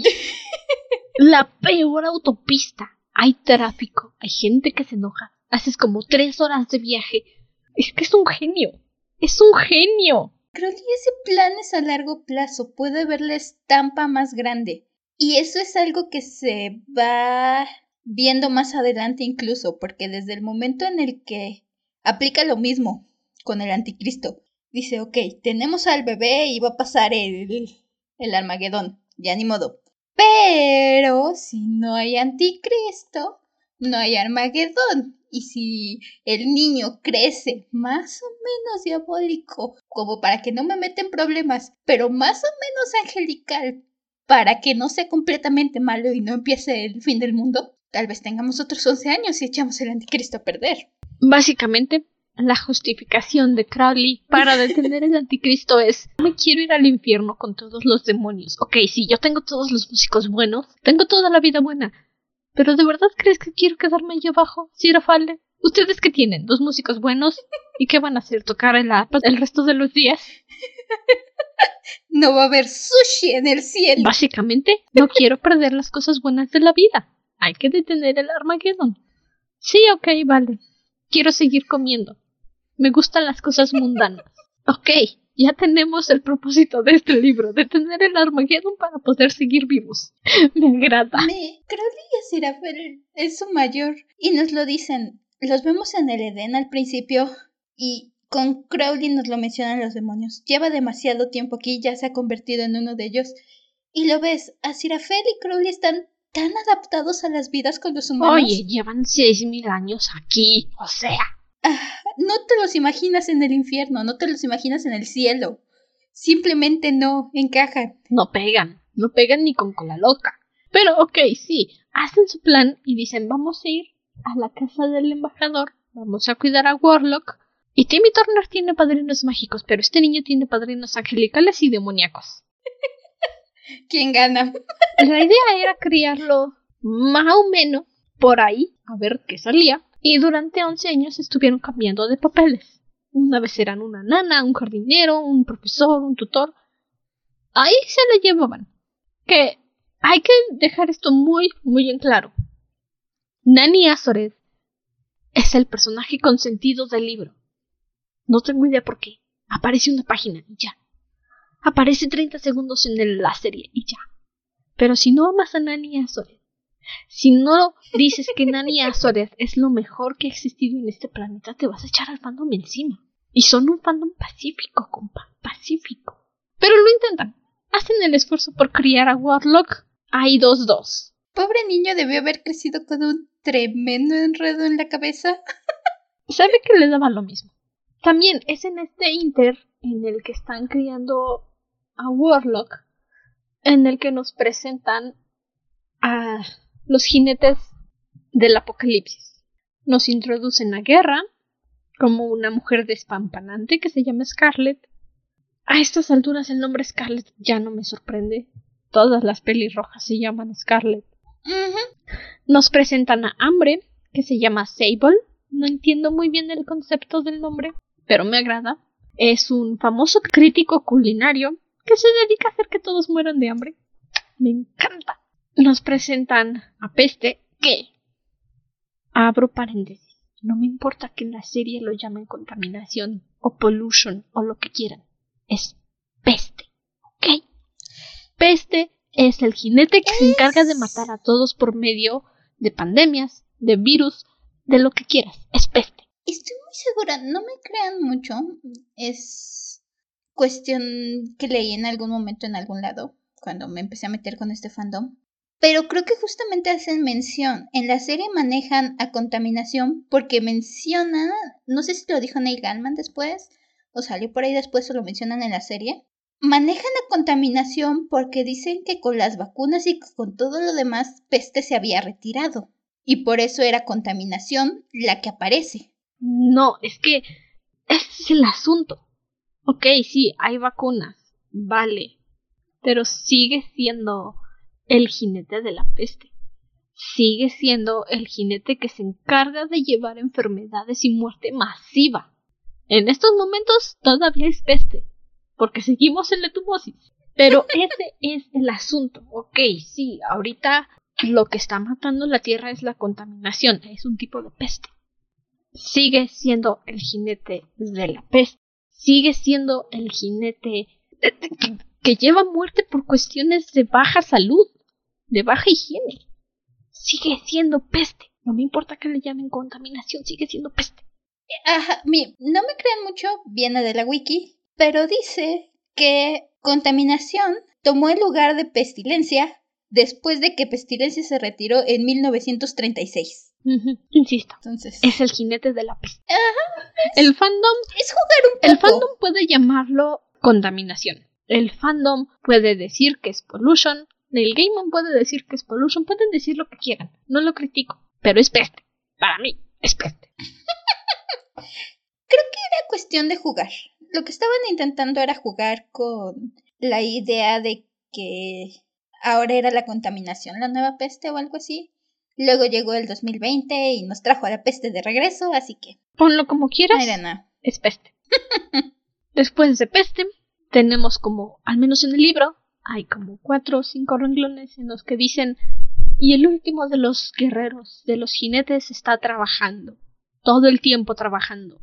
La peor autopista. Hay tráfico, hay gente que se enoja. Haces como tres horas de viaje. Es que es un genio. Es un genio. Creo que ese plan es a largo plazo. Puede ver la estampa más grande. Y eso es algo que se va viendo más adelante incluso, porque desde el momento en el que aplica lo mismo con el anticristo, dice, ok, tenemos al bebé y va a pasar el, el Armagedón, ya ni modo. Pero si no hay anticristo, no hay Armagedón. Y si el niño crece más o menos diabólico, como para que no me meten problemas, pero más o menos angelical, para que no sea completamente malo y no empiece el fin del mundo, tal vez tengamos otros once años y echamos el anticristo a perder. Básicamente, la justificación de Crowley para detener el anticristo es: me quiero ir al infierno con todos los demonios. Ok, sí, yo tengo todos los músicos buenos, tengo toda la vida buena, pero ¿de verdad crees que quiero quedarme allí abajo, Sirafale? ¿Ustedes qué tienen? ¿Dos músicos buenos? ¿Y qué van a hacer? ¿Tocar el arpa el resto de los días? No va a haber sushi en el cielo. Básicamente, no quiero perder las cosas buenas de la vida. Hay que detener el Armagedón. Sí, ok, vale. Quiero seguir comiendo. Me gustan las cosas mundanas. Ok, ya tenemos el propósito de este libro, detener el Armagedón para poder seguir vivos. Me agrada. Me, Crowley y Aziraphale es su mayor. Y nos lo dicen. Los vemos en el Edén al principio. Y con Crowley nos lo mencionan los demonios. Lleva demasiado tiempo aquí, ya se ha convertido en uno de ellos. Y lo ves, Aziraphale y Crowley están tan adaptados a las vidas con los humanos. Oye, llevan seis mil años aquí, o sea. Ah, no te los imaginas en el infierno, no te los imaginas en el cielo. Simplemente no encajan. No pegan, no pegan ni con cola loca. Pero ok, sí, hacen su plan y dicen: vamos a ir a la casa del embajador, vamos a cuidar a Warlock. Y Timmy Turner tiene padrinos mágicos, pero este niño tiene padrinos angelicales y demoníacos. ¿Quién gana? La idea era criarlo más o menos por ahí, a ver qué salía. Y durante once años estuvieron cambiando de papeles. Una vez eran una nana, un jardinero, un profesor, un tutor. Ahí se la llevaban. Que hay que dejar esto muy, muy en claro. Nani Azoreth es el personaje consentido del libro. No tengo idea por qué. Aparece una página y ya. Aparece treinta segundos en el, la serie y ya. Pero si no amas a Nani Azoreth, si no dices que Nani Azoreth es lo mejor que ha existido en este planeta, te vas a echar al fandom encima. Y son un fandom pacífico, compa. Pacífico. Pero lo intentan. Hacen el esfuerzo por criar a Warlock. Hay dos dos. Pobre niño debió haber crecido con un tremendo enredo en la cabeza. Sabe que le daba lo mismo. También es en este inter en el que están criando a Warlock, en el que nos presentan a los jinetes del apocalipsis. Nos introducen a Guerra como una mujer despampanante que se llama Scarlet. A estas alturas el nombre Scarlet ya no me sorprende. Todas las pelirrojas se llaman Scarlet. Uh-huh. Nos presentan a Hambre, que se llama Sable. No entiendo muy bien el concepto del nombre, pero me agrada. Es un famoso crítico culinario que se dedica a hacer que todos mueran de hambre. Me encanta. Nos presentan a Peste, que, abro paréntesis, no me importa que en la serie lo llamen contaminación o pollution o lo que quieran. Es peste, ¿ok? Peste es el jinete que se encarga de matar a todos por medio de pandemias, de virus, de lo que quieras. Es peste. Estoy muy segura, no me crean mucho. Es cuestión que leí en algún momento en algún lado, cuando me empecé a meter con este fandom. Pero creo que justamente hacen mención. En la serie manejan a contaminación porque mencionan, no sé si lo dijo Neil Gaiman después, o salió por ahí después o lo mencionan en la serie. Manejan a contaminación porque dicen que con las vacunas y con todo lo demás, Peste se había retirado. Y por eso era contaminación la que aparece. No, es que ese es el asunto. Ok, sí, hay vacunas, vale, pero sigue siendo el jinete de la peste. Sigue siendo el jinete que se encarga de llevar enfermedades y muerte masiva. En estos momentos todavía es peste, porque seguimos en la tumosis. Pero ese es el asunto. Ok, sí, ahorita lo que está matando la Tierra es la contaminación, es un tipo de peste. Sigue siendo el jinete de la peste. Sigue siendo el jinete que, que lleva muerte por cuestiones de baja salud, de baja higiene. Sigue siendo peste. No me importa que le llamen contaminación, sigue siendo peste. Ajá, mira, no me crean mucho, viene de la wiki, pero dice que contaminación tomó el lugar de pestilencia después de que Pestilencia se retiró en mil novecientos treinta y seis. Uh-huh. Insisto, entonces es el jinete de la peste. Ajá, es, el fandom es jugar un poco. El fandom puede llamarlo contaminación. El fandom puede decir que es pollution. Neil Gaiman puede decir que es pollution. Pueden decir lo que quieran. No lo critico. Pero es peste. Para mí, es peste. Creo que era cuestión de jugar. Lo que estaban intentando era jugar con la idea de que ahora era la contaminación la nueva peste o algo así. Luego llegó el dos mil veinte y nos trajo a la peste de regreso, así que... Ponlo como quieras. I don't know. Es peste. Después de peste, tenemos como, al menos en el libro, hay como cuatro o cinco renglones en los que dicen: y el último de los guerreros, de los jinetes, está trabajando. Todo el tiempo trabajando.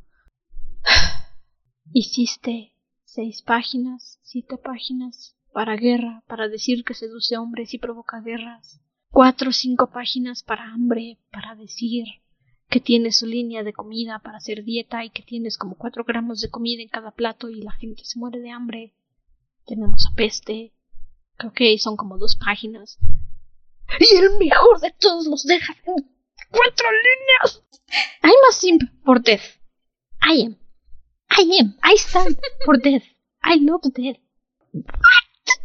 Hiciste seis páginas, siete páginas para guerra, para decir que seduce hombres y provoca guerras. Cuatro o cinco páginas para hambre, para decir que tienes su línea de comida para hacer dieta y que tienes como cuatro gramos de comida en cada plato y la gente se muere de hambre. Tenemos a peste, que ok, son como dos páginas. Y el mejor de todos los dejas en cuatro líneas. I'm a simp for death. I am. I am. I stand for death. I love death. What?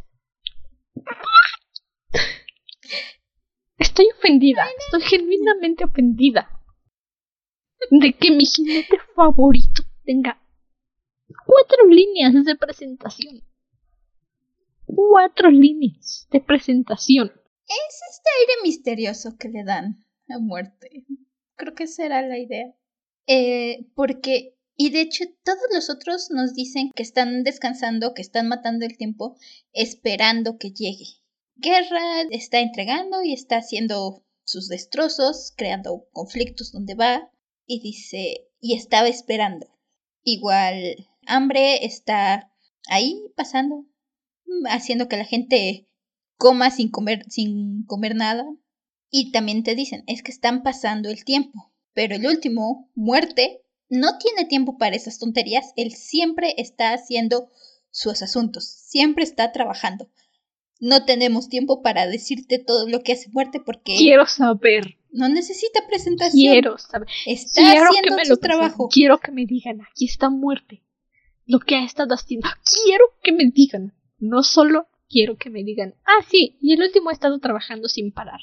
What? Estoy ofendida. Estoy genuinamente ofendida de que mi jinete favorito tenga cuatro líneas de presentación. Cuatro líneas de presentación. Es este aire misterioso que le dan a muerte. Creo que esa era la idea. Eh, porque, y de hecho todos los otros nos dicen que están descansando, que están matando el tiempo, esperando que llegue. Guerra está entregando y está haciendo sus destrozos, creando conflictos donde va. Y dice, y estaba esperando. Igual, Hambre está ahí pasando, haciendo que la gente coma sin comer, sin comer nada. Y también te dicen, es que están pasando el tiempo. Pero el último, Muerte, no tiene tiempo para esas tonterías. Él siempre está haciendo sus asuntos, siempre está trabajando. No tenemos tiempo para decirte todo lo que hace Muerte porque... Quiero saber. No necesita presentación. Quiero saber. Está quiero haciendo que me su lo trabajo. Quiero que me digan, aquí está Muerte. Lo que ha estado haciendo. Quiero que me digan. No solo quiero que me digan, ah, sí, y el último ha estado trabajando sin parar.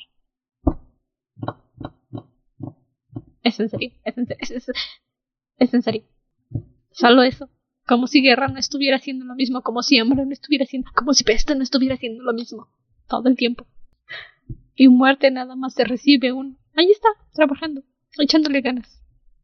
Es en serio, es en serio, es, es, es en serio. Solo eso. Como si Guerra no estuviera haciendo lo mismo, como si Hambre no estuviera haciendo, como si Peste no estuviera haciendo lo mismo. Todo el tiempo. Y Muerte nada más se recibe un, ahí está, trabajando. echándole ganas.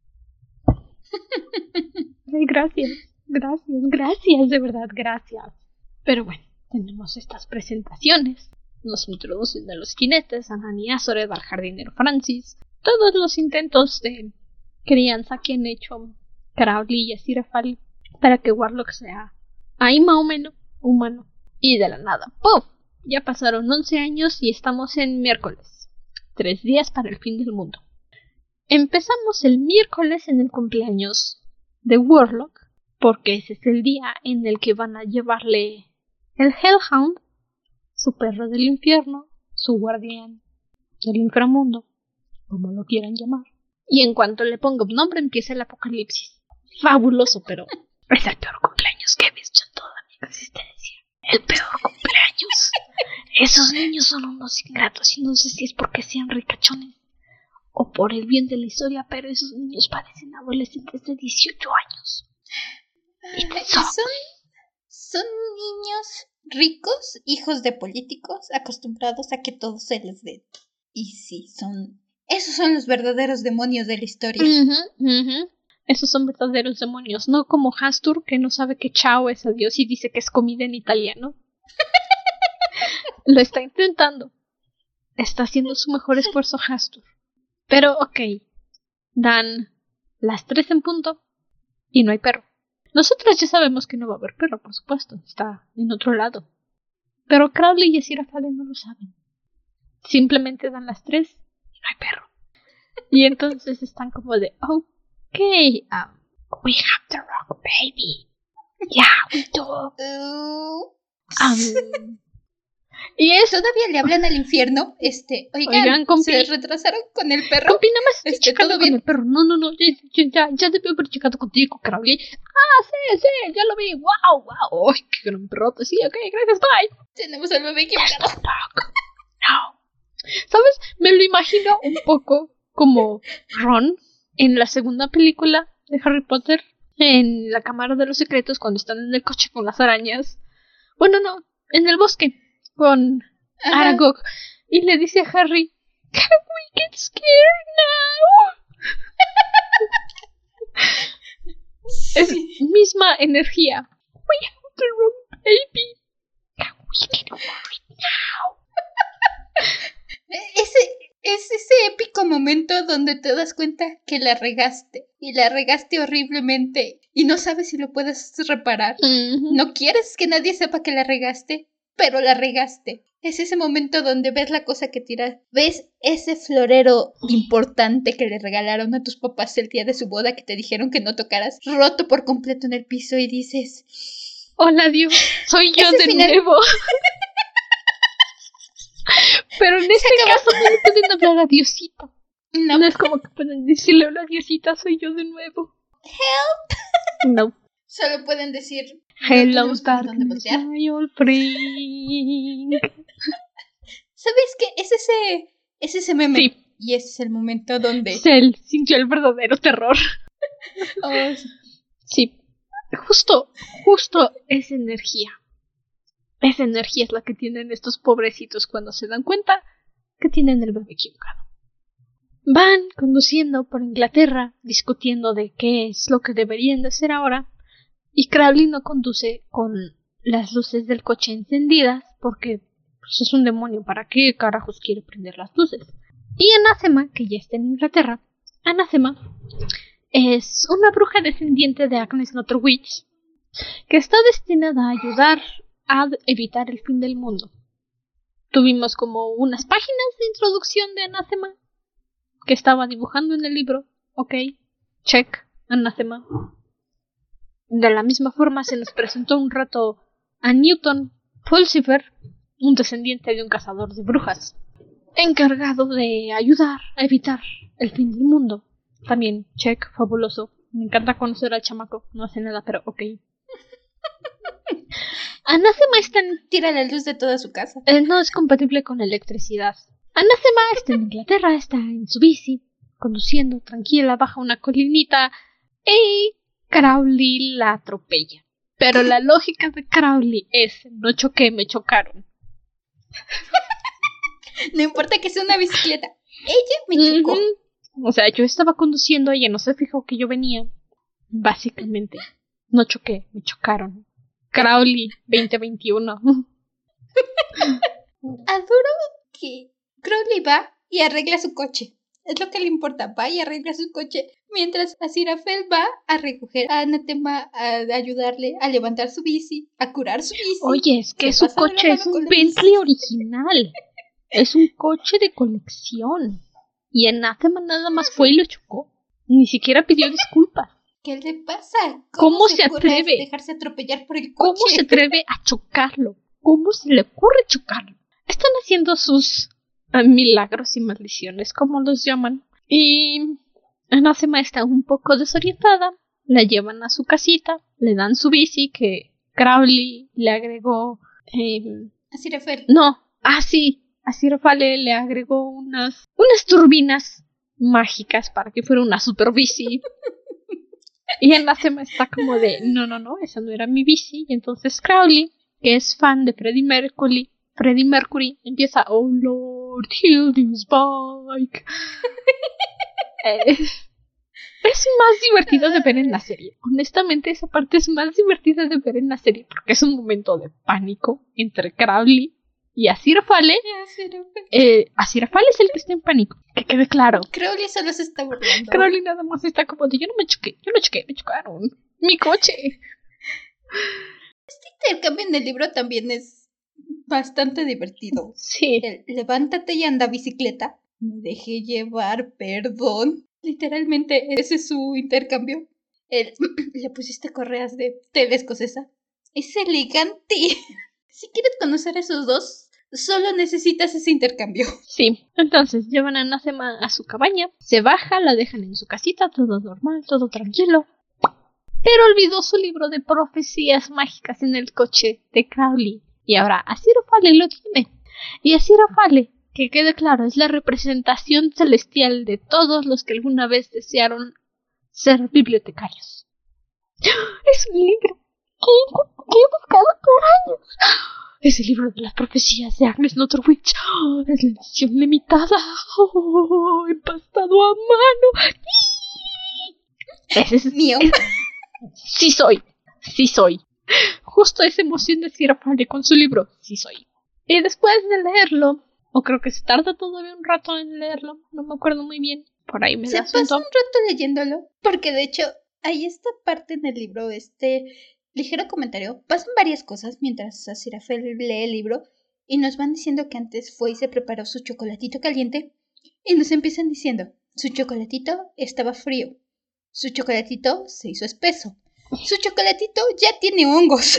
Ay, gracias, gracias, gracias, de verdad, gracias. Pero bueno, tenemos estas presentaciones. Nos introducen a los jinetes, a Nani Azored, al jardinero Francis. Todos los intentos de crianza que han hecho Crowley y Aziraphale para que Warlock sea ahí más o menos humano. Y de la nada, ¡puf! Ya pasaron once años y estamos en miércoles. Tres días para el fin del mundo. Empezamos el miércoles en el cumpleaños de Warlock, porque ese es el día en el que van a llevarle el Hellhound, su perro del infierno, su guardián del inframundo, como lo quieran llamar. Y en cuanto le ponga un nombre empieza el apocalipsis. Fabuloso, pero es el peor cumpleaños que he visto en toda mi existencia. El peor cumpleaños. Esos niños son unos ingratos y no sé si es porque sean ricachones o por el bien de la historia, pero esos niños parecen adolescentes de dieciocho años. Y son, son niños ricos, hijos de políticos, acostumbrados a que todo se les dé. Y sí, son... esos son los verdaderos demonios de la historia. Uh-huh, uh-huh. Esos son verdaderos demonios, no como Hastur, que no sabe que chao es adiós y dice que es comida en italiano. Lo está intentando. Está haciendo su mejor esfuerzo Hastur. Pero, ok, dan las tres en punto y no hay perro. Nosotros ya sabemos que no va a haber perro, por supuesto, está en otro lado. Pero Crowley y Aziraphale no lo saben. Simplemente dan las tres y no hay perro. Y entonces están como de, ok, um, we have the wrong baby. Yeah, we do. Uh, Um, y es... Todavía le hablan al infierno. Este, oigan, Oigan compi, se retrasaron con el perro. Compi, nada más estoy este, checando ¿todo con bien? el perro. No, no, no, ya, ya, ya debió haber checado contigo, Crowley. Ah, sí, sí, ya lo vi. Wow, wow. Ay, qué gran perrote. Sí, ok, gracias, bye. Tenemos al bebé equivocado. No. ¿Sabes? Me lo imagino un poco como Ron en la segunda película de Harry Potter, en la Cámara de los Secretos, cuando están en el coche con las arañas. Bueno, no, en el bosque con Ajá. Aragog. Y le dice a Harry, "Can we get scared now?" Es misma energía. We have the wrong baby. Can we get worried now? Ese, es ese épico momento donde te das cuenta que la regaste. Y la regaste horriblemente. Y no sabes si lo puedes reparar. Mm-hmm. No quieres que nadie sepa que la regaste, pero la regaste. Es ese momento donde ves la cosa que tiras. Ves ese florero importante que le regalaron a tus papás el día de su boda, que te dijeron que no tocaras, roto por completo en el piso, y dices, hola Dios, soy yo ese de final... nuevo. Pero en este caso no le pueden hablar a Diosito. No. No es como que pueden decirle, hola Diosita, soy yo de nuevo. Help. No. Solo pueden decir, Hello, no darkness, my old friend. ¿Sabes qué? Es ese, es ese meme. Sí. Y ese es el momento donde... Cell sintió el verdadero terror. Oh, sí. Justo, justo esa energía. Esa energía es la que tienen estos pobrecitos cuando se dan cuenta que tienen el bebé equivocado. Van conduciendo por Inglaterra, discutiendo de qué es lo que deberían de hacer ahora, y Crowley no conduce con las luces del coche encendidas, porque pues, es un demonio, ¿para qué carajos quiere prender las luces? Y Anathema, que ya está en Inglaterra, Anathema es una bruja descendiente de Agnes Notterwich, que está destinada a ayudar a evitar el fin del mundo. Tuvimos como unas páginas de introducción de Anathema que estaba dibujando en el libro. Ok, check, Anathema. De la misma forma se nos presentó un rato a Newton Pulsifer, un descendiente de un cazador de brujas, encargado de ayudar a evitar el fin del mundo. También, check, fabuloso. Me encanta conocer al chamaco, no hace nada, pero ok. Anathema está en... tira la luz de toda su casa. Eh, no es compatible con electricidad. Anathema está en Inglaterra, está en su bici, conduciendo tranquila, baja una colinita y Crowley la atropella. Pero la lógica de Crowley es, no choqué, me chocaron. No importa que sea una bicicleta. Ella me chocó. Mm-hmm. O sea, yo estaba conduciendo, ella no se fijó que yo venía. Básicamente. No choqué, me chocaron. Crowley veinte veintiuno. Adoro que Crowley va y arregla su coche. Es lo que le importa, va y arregla su coche. Mientras Aziraphale va a recoger a Anathema, a ayudarle a levantar su bici, a curar su bici. Oye, es que su coche es un Bentley original. Es un coche de colección. Y Anathema nada más fue y lo chocó. Ni siquiera pidió disculpas. ¿Qué le pasa? ¿Cómo, ¿Cómo se, se atreve? Dejarse atropellar por el coche. ¿Cómo se atreve a chocarlo? ¿Cómo se le ocurre chocarlo? Están haciendo sus uh, milagros y maldiciones, como los llaman. Y Anathema está un poco desorientada. La llevan a su casita, le dan su bici que Crowley le agregó. Eh, Aziraphale. No, ah sí, Aziraphale le agregó unas unas turbinas mágicas para que fuera una super bici. Y Anathema está como de, no, no, no, esa no era mi bici. Y entonces Crowley, que es fan de Freddie Mercury, Freddie Mercury, empieza, oh Lord, heal this bike. eh, es más divertido de ver en la serie. Honestamente, esa parte es más divertida de ver en la serie porque es un momento de pánico entre Crowley y Aziraphale. Eh, Aziraphale es el que está en pánico, que quede claro. Crowley solo se está burlando. Crowley nada más está como de, yo no me choqué, yo no choqué, me chocaron. Mi coche. Este intercambio en el libro también es bastante divertido. Sí. El, levántate y anda bicicleta. Me dejé llevar, perdón. Literalmente ese es su intercambio. El, le pusiste correas de tela escocesa. Es elegante. Si quieres conocer a esos dos, solo necesitas ese intercambio. Sí, entonces llevan a Anathema a su cabaña, se baja, la dejan en su casita, todo normal, todo tranquilo. Pero olvidó su libro de profecías mágicas en el coche de Crowley. Y ahora Aziraphale lo tiene. Y Aziraphale, que quede claro, es la representación celestial de todos los que alguna vez desearon ser bibliotecarios. Es un libro que, que he buscado por años. Es el libro de las profecías de Agnes Notterwich. Oh, es la edición limitada. Oh, empastado a mano. Ese es mío. Es, sí soy. Sí soy. Justo esa emoción de Aziraphale con su libro. Sí soy. Y después de leerlo, o creo que se tarda todavía un rato en leerlo, no me acuerdo muy bien. Por ahí me Se da pasa un rato leyéndolo, porque de hecho hay esta parte en el libro, este ligero comentario. Pasan varias cosas mientras Aziraphale lee el libro y nos van diciendo que antes fue y se preparó su chocolatito caliente y nos empiezan diciendo, su chocolatito estaba frío, su chocolatito se hizo espeso, su chocolatito ya tiene hongos.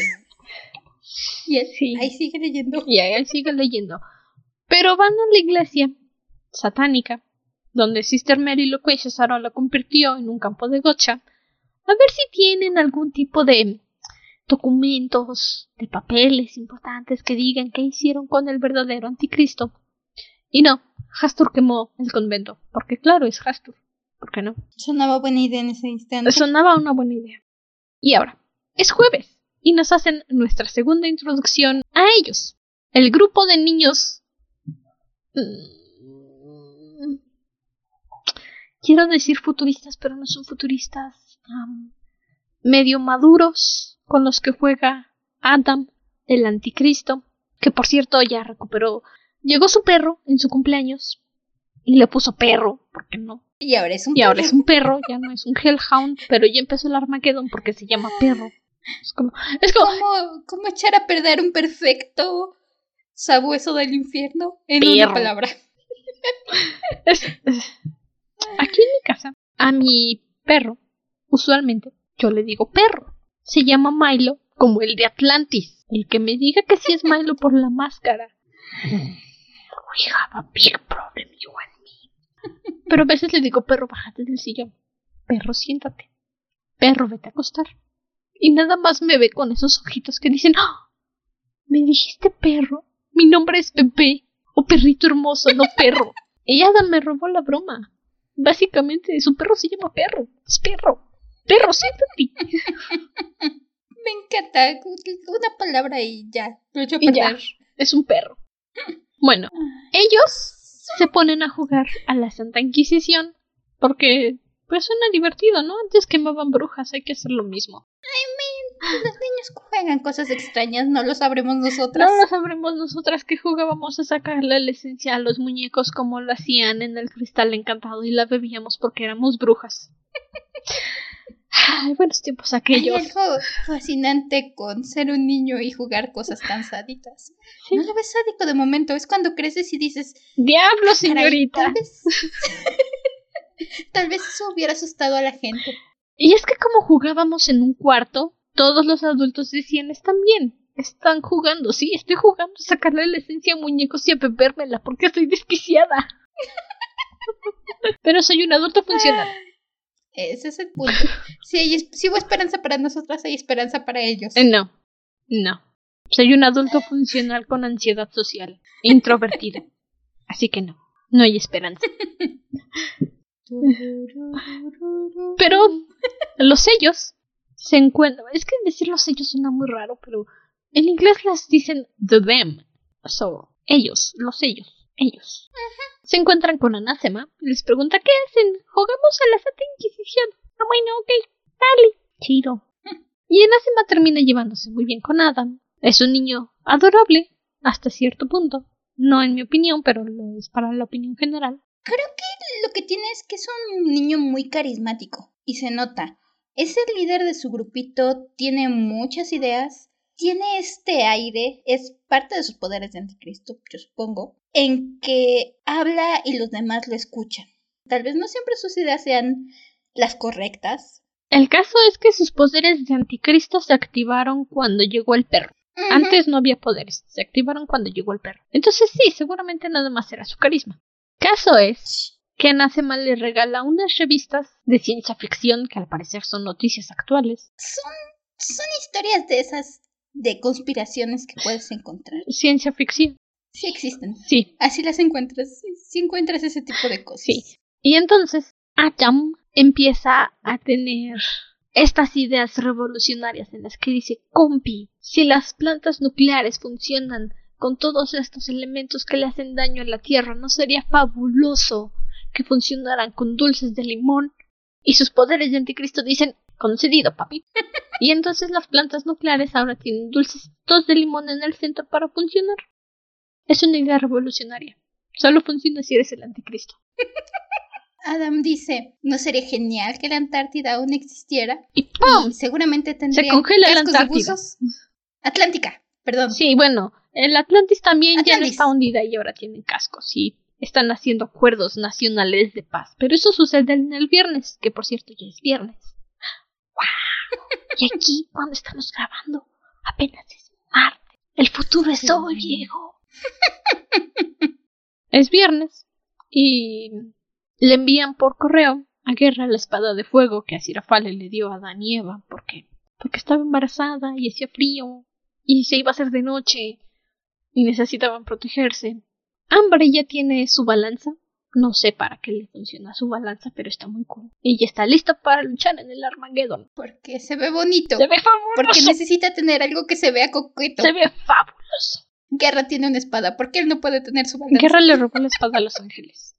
Y él sí. ahí sigue leyendo. Y ahí sigue leyendo. Pero van a la iglesia satánica, donde Sister Mary Loquacious ahora la convirtió en un campo de gocha, a ver si tienen algún tipo de documentos, de papeles importantes que digan qué hicieron con el verdadero anticristo. Y no, Hastur quemó el convento, porque claro, es Hastur. ¿Por qué no? Sonaba buena idea en ese instante. Sonaba una buena idea. Y ahora, es jueves, y nos hacen nuestra segunda introducción a ellos. El grupo de niños... Quiero decir futuristas, pero no son futuristas. Um, medio maduros, con los que juega Adam, el anticristo, que por cierto ya recuperó. Llegó su perro en su cumpleaños y le puso perro, ¿por qué no? Y ahora es un y perro. ahora es un perro, ya no es un Hellhound, pero ya empezó el Armageddon porque se llama perro. Es como, es como ¿Cómo, cómo echar a perder un perfecto sabueso del infierno en perro. Una palabra? Es, es, aquí en mi casa, a mi perro, usualmente, yo le digo perro. Se llama Milo, como el de Atlantis. El que me diga que sí es Milo por la máscara. We have a big problem, you and me. Pero a veces le digo, perro, bájate del sillón. Perro, siéntate. Perro, vete a acostar. Y nada más me ve con esos ojitos que dicen, ¡oh! ¿Me dijiste perro? Mi nombre es Pepe. O perrito hermoso, no perro. Y Adam me robó la broma. Básicamente, su perro se llama perro. Es perro. Perro, siéntate. Me encanta. Una palabra y ya. Lo echo a y perder. Ya. Es un perro. Bueno, ellos se ponen a jugar a la Santa Inquisición Porque, pues suena divertido, ¿no? Antes quemaban brujas, hay que hacer lo mismo. I mean, los niños juegan cosas extrañas, no lo sabremos nosotras. No lo sabremos nosotras que jugábamos a sacarle la esencia a los muñecos como lo hacían en el Cristal Encantado y la bebíamos porque éramos brujas. Ay, buenos tiempos aquellos. Hay algo fascinante con ser un niño y jugar cosas tan sádicas. ¿Sí? No lo ves sádico de momento, es cuando creces y dices... ¡Diablo, señorita! Caray, tal vez... tal vez eso hubiera asustado a la gente. Y es que como jugábamos en un cuarto, todos los adultos decían, están bien, están jugando, sí, estoy jugando a sacarle la esencia a muñecos y a bebérmela porque estoy desquiciada. Pero soy un adulto funcional. Ese es el punto. Si, hay, si hubo esperanza para nosotras, hay esperanza para ellos. Eh, no, no. Soy un adulto funcional con ansiedad social, introvertido. Así que no, no hay esperanza. Pero los sellos se encuentran... Es que decir los sellos suena muy raro, pero en inglés las dicen the them. So, ellos, los sellos, ellos. Uh-huh. Se encuentran con Anásema y les pregunta ¿qué hacen? Jugamos a la Santa Inquisición. Ah, bueno, ok, dale. Chido. Uh-huh. Y Anásema termina llevándose muy bien con Adam. Es un niño adorable, hasta cierto punto. No en mi opinión, pero lo es para la opinión general. Creo que lo que tiene es que es un niño muy carismático. Y se nota. Es el líder de su grupito, tiene muchas ideas. Tiene este aire, es parte de sus poderes de anticristo, yo supongo, en que habla y los demás lo escuchan. Tal vez no siempre sus ideas sean las correctas. El caso es que sus poderes de anticristo se activaron cuando llegó el perro. Uh-huh. Antes no había poderes, se activaron cuando llegó el perro. Entonces sí, seguramente nada más era su carisma. Caso es que Anásema le regala unas revistas de ciencia ficción que al parecer son noticias actuales. Son, son historias de esas... de conspiraciones que puedes encontrar. Ciencia ficción. Sí existen. Sí. Así las encuentras. Sí, sí encuentras ese tipo de cosas. Sí. Y entonces Adam empieza a tener estas ideas revolucionarias en las que dice, compi, si las plantas nucleares funcionan con todos estos elementos que le hacen daño a la Tierra, ¿no sería fabuloso que funcionaran con dulces de limón? Y sus poderes de anticristo dicen, concedido, papi. Y entonces las plantas nucleares ahora tienen dulcecitos de limón en el centro para funcionar. Es una idea revolucionaria. Solo funciona si eres el anticristo. Adam dice, ¿no sería genial que la Antártida aún existiera? Y ¡pum! Y seguramente tendría se congela la cascos Antártida. De buzos. Atlántica, perdón. Sí, bueno, el Atlantis también Atlantis. Ya no está hundida y ahora tienen cascos y están haciendo acuerdos nacionales de paz. Pero eso sucede en el viernes, que por cierto ya es viernes. ¡Wow! Y aquí, cuando estamos grabando, apenas es martes. El futuro es hoy, viejo. Es viernes y le envían por correo a Guerra la espada de fuego que Aziraphale le dio a Adán y Eva porque, porque estaba embarazada y hacía frío y se iba a hacer de noche y necesitaban protegerse. Amber ya tiene su balanza. No sé para qué le funciona su balanza, pero está muy cool. Ella está lista para luchar en el Armageddon. Porque se ve bonito. Se ve fabuloso. Porque necesita tener algo que se vea coqueto. Se ve fabuloso. Guerra tiene una espada. ¿Por qué él no puede tener su balanza? Guerra le robó la espada a los ángeles.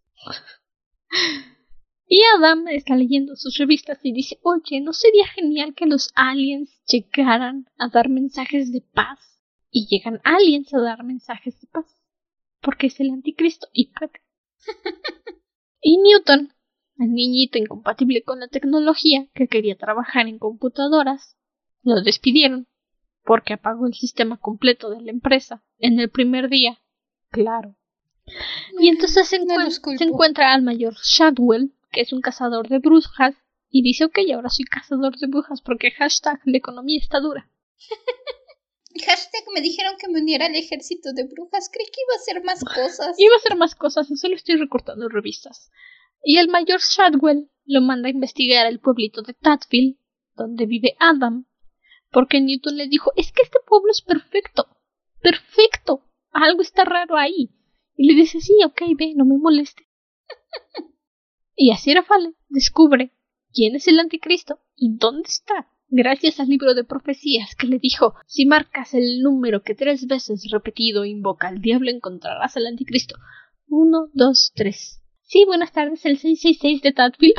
Y Adam está leyendo sus revistas y dice, oye, ¿no sería genial que los aliens llegaran a dar mensajes de paz? Y llegan aliens a dar mensajes de paz. Porque es el anticristo y puede. Y Newton, el niñito incompatible con la tecnología que quería trabajar en computadoras, lo despidieron porque apagó el sistema completo de la empresa en el primer día. Claro. Y entonces se, no encuent- se encuentra al mayor Shadwell, que es un cazador de brujas, y dice, ok, ahora soy cazador de brujas porque hashtag la economía está dura. Hashtag me dijeron que me uniera al ejército de brujas. Creí que iba a hacer más cosas. Iba a hacer más cosas y solo estoy recortando revistas. Y el mayor Shadwell lo manda a investigar al pueblito de Tadville, donde vive Adam, porque Newton le dijo, es que este pueblo es perfecto. Perfecto. Algo está raro ahí. Y le dice, sí, ok, ve, no me moleste. Y Aziraphale descubre quién es el anticristo y dónde está. Gracias al libro de profecías que le dijo, si marcas el número que tres veces repetido invoca al diablo encontrarás al anticristo. Uno, dos, tres. Sí, buenas tardes, el seiscientos sesenta y seis de Tadfield.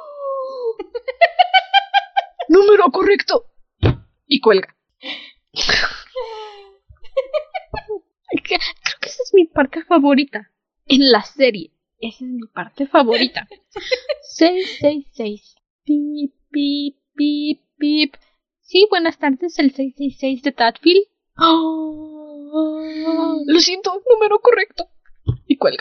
Número correcto. Y cuelga. Creo que esa es mi parte favorita en la serie. Esa es mi parte favorita. seiscientos sesenta y seis. Pip, pip, pip, pip. Sí, buenas tardes, el seiscientos sesenta y seis de Tadfield. Oh, lo siento, número correcto. Y cuelga.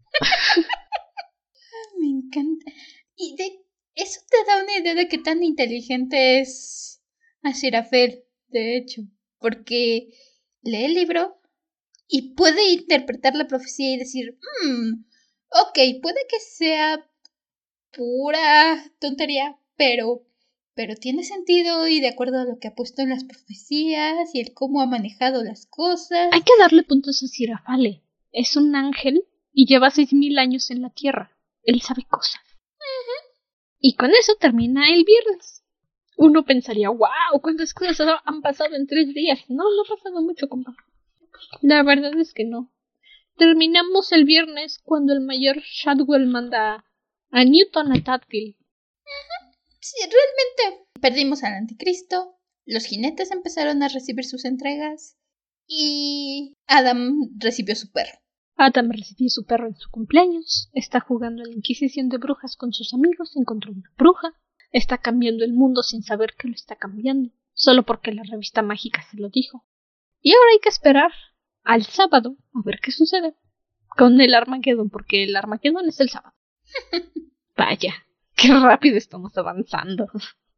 Me encanta. Y de eso te da una idea de qué tan inteligente es Aziraphale, de hecho. Porque lee el libro y puede interpretar la profecía y decir, mmm, ok, puede que sea pura tontería, pero, pero tiene sentido y de acuerdo a lo que ha puesto en las profecías y el cómo ha manejado las cosas. Hay que darle puntos a Aziraphale. Es un ángel y lleva seis mil años en la Tierra. Él sabe cosas. Uh-huh. Y con eso termina el viernes. Uno pensaría, wow, cuántas cosas han pasado en tres días. No, no ha pasado mucho, compa. La verdad es que no. Terminamos el viernes cuando el mayor Shadwell manda a Newton a Tadfield. Uh-huh. Sí, realmente perdimos al anticristo, los jinetes empezaron a recibir sus entregas y Adam recibió su perro. Adam recibió su perro en su cumpleaños, está jugando a la Inquisición de brujas con sus amigos, encontró una bruja, está cambiando el mundo sin saber que lo está cambiando, solo porque la revista mágica se lo dijo. Y ahora hay que esperar al sábado a ver qué sucede con el Armagedón, porque el Armagedón es el sábado. Vaya, qué rápido estamos avanzando.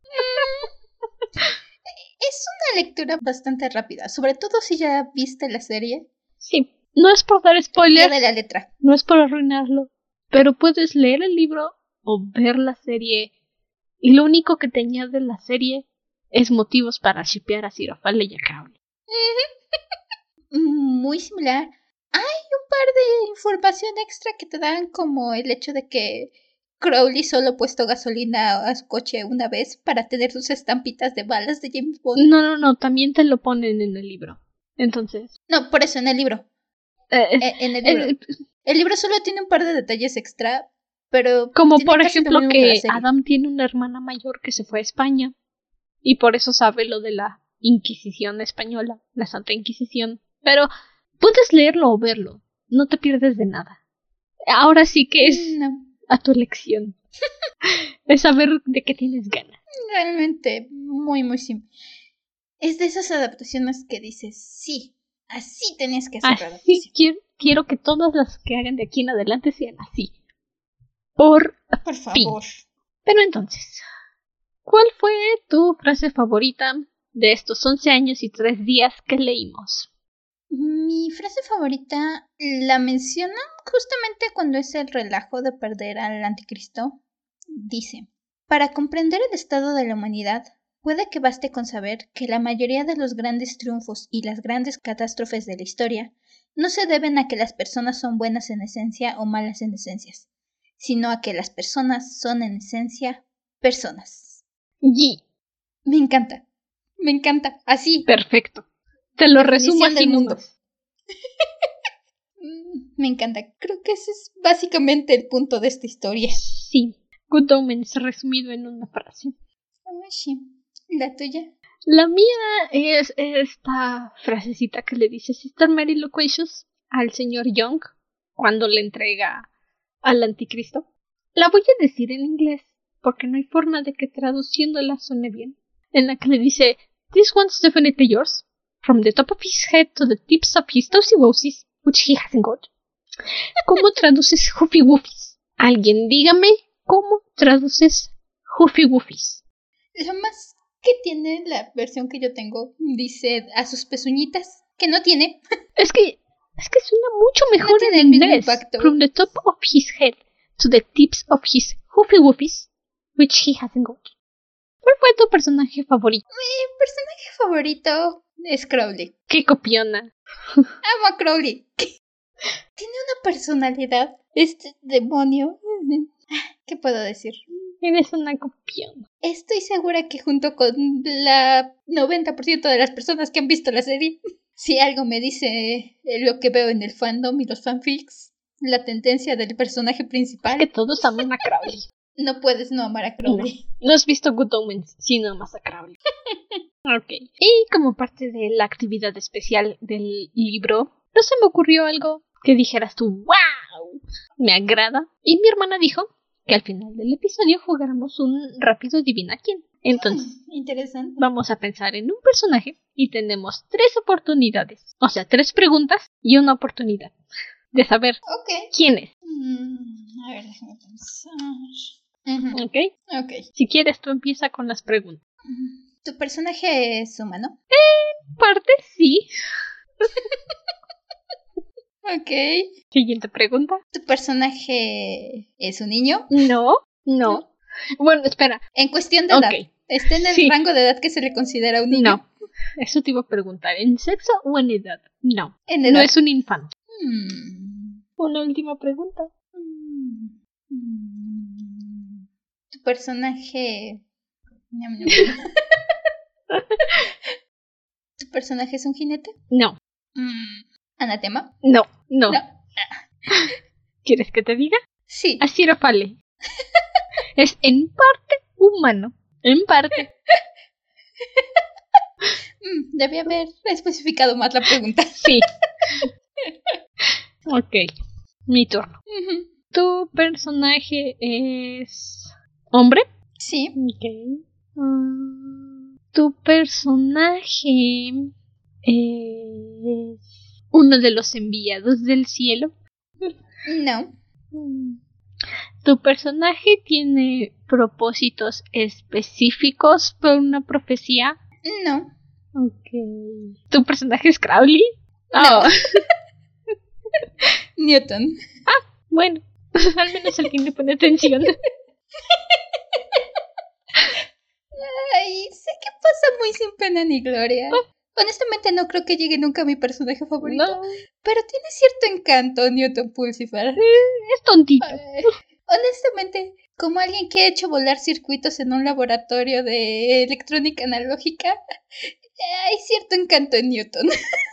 Es una lectura bastante rápida, sobre todo si ya viste la serie. Sí. No es por dar spoilers, de la letra. No es por arruinarlo, pero puedes leer el libro o ver la serie y lo único que te añade la serie es motivos para shippear a Aziraphale y a Crowley. Muy similar. Hay un par de información extra que te dan, como el hecho de que Crowley solo ha puesto gasolina a su coche una vez para tener sus estampitas de balas de James Bond. No, no, no, también te lo ponen en el libro. Entonces. No, por eso, en el libro. Eh, eh, en el libro. Eh, el libro solo tiene un par de detalles extra, pero... Como por ejemplo que, que Adam tiene una hermana mayor que se fue a España y por eso sabe lo de la Inquisición española, la Santa Inquisición. Pero puedes leerlo o verlo, no te pierdes de nada. Ahora sí que es no. a tu elección. Es saber de qué tienes ganas. Realmente, muy, muy simple. Es de esas adaptaciones que dices, sí, así tenías que hacer así la adaptación. Quiero, quiero que todas las que hagan de aquí en adelante sean así. Por, Por favor. Fin. Pero entonces, ¿cuál fue tu frase favorita de estos once años y tres días que leímos? Mi frase favorita la menciona justamente cuando es el relajo de perder al anticristo. Dice, para comprender el estado de la humanidad, puede que baste con saber que la mayoría de los grandes triunfos y las grandes catástrofes de la historia no se deben a que las personas son buenas en esencia o malas en esencias, sino a que las personas son en esencia personas. Y me encanta, me encanta, así. Perfecto. Te lo resumo así del mundo. Me encanta. Creo que ese es básicamente el punto de esta historia. Sí. Good Omens resumido en una frase. Oh, sí. ¿La tuya? La mía es esta frasecita que le dice Sister Mary Loquacious al señor Young cuando le entrega al anticristo. La voy a decir en inglés porque no hay forma de que traduciéndola suene bien. En la que le dice This one's definitely yours. From the top of his head to the tips of his toesy woesies, which he hasn't got. ¿Cómo traduces Huffy Woofies? Alguien dígame cómo traduces Huffy Woofies. Lo más que tiene la versión que yo tengo dice a sus pezuñitas, que no tiene. Es que es que suena mucho mejor no en inglés. From the top of his head to the tips of his Huffy Woofies, which he hasn't got. ¿Cuál fue tu personaje favorito? Mi personaje favorito es Crowley. ¡Qué copiona! Amo a Crowley. Tiene una personalidad, este demonio. ¿Qué puedo decir? Eres una copiona. Estoy segura que junto con la noventa por ciento de las personas que han visto la serie, si algo me dice lo que veo en el fandom y los fanfics, la tendencia del personaje principal. Es que todos aman a Crowley. No puedes no amar a Crowley. No, no has visto Good Omens, sino más a Crowley. Ok. Y como parte de la actividad especial del libro, no se me ocurrió algo que dijeras tú, wow, me agrada. Y mi hermana dijo que al final del episodio jugáramos un rápido adivina quién. Entonces, mm, interesante. Vamos a pensar en un personaje y tenemos tres oportunidades. O sea, tres preguntas y una oportunidad de saber okay. quién es. Mm, a ver, déjame pensar. Uh-huh. ¿Ok? Ok. Si quieres, tú empieza con las preguntas. ¿Tu personaje es humano? En parte, sí. Ok. Siguiente pregunta. ¿Tu personaje es un niño? No, no. Bueno, espera. En cuestión de edad. Ok. ¿Está en el Sí. rango de edad que se le considera un niño? No. Eso te iba a preguntar. ¿En sexo o en edad? No. En edad. No es un infante. Hmm. Una última pregunta. Hmm. Hmm. ¿Tu personaje... ¿Tu personaje es un jinete? No. Mm. ¿Anatema? No, no. No. ¿Quieres que te diga? Sí. Asirofale. Es en parte humano. En parte. Mm, debí haber especificado más la pregunta. Sí. Ok. Mi turno. Uh-huh. ¿Tu personaje es hombre? Sí. Ok. Uh, ¿Tu personaje es uno de los enviados del cielo? No. ¿Tu personaje tiene propósitos específicos por una profecía? No. Ok. ¿Tu personaje es Crowley? No. Oh. Newton. Ah, bueno. Al menos alguien le pone atención. Ay, sé que pasa muy sin pena ni gloria. Oh. Honestamente no creo que llegue nunca a mi personaje favorito. No. Pero tiene cierto encanto Newton Pulsifer. Eh, es tontito. Ay, honestamente, como alguien que ha hecho volar circuitos en un laboratorio de electrónica analógica, hay cierto encanto en Newton.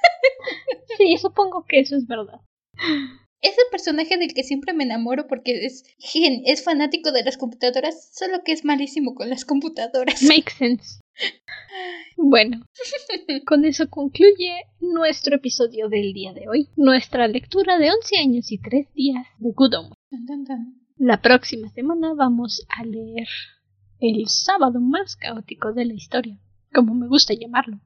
Sí, supongo que eso es verdad. Es el personaje del que siempre me enamoro porque es, gen, es fanático de las computadoras, solo que es malísimo con las computadoras. Makes sense. Bueno, con eso concluye nuestro episodio del día de hoy. Nuestra lectura de once años y tres días de Good Omens. Dun, dun, dun. La próxima semana vamos a leer el sábado más caótico de la historia, como me gusta llamarlo.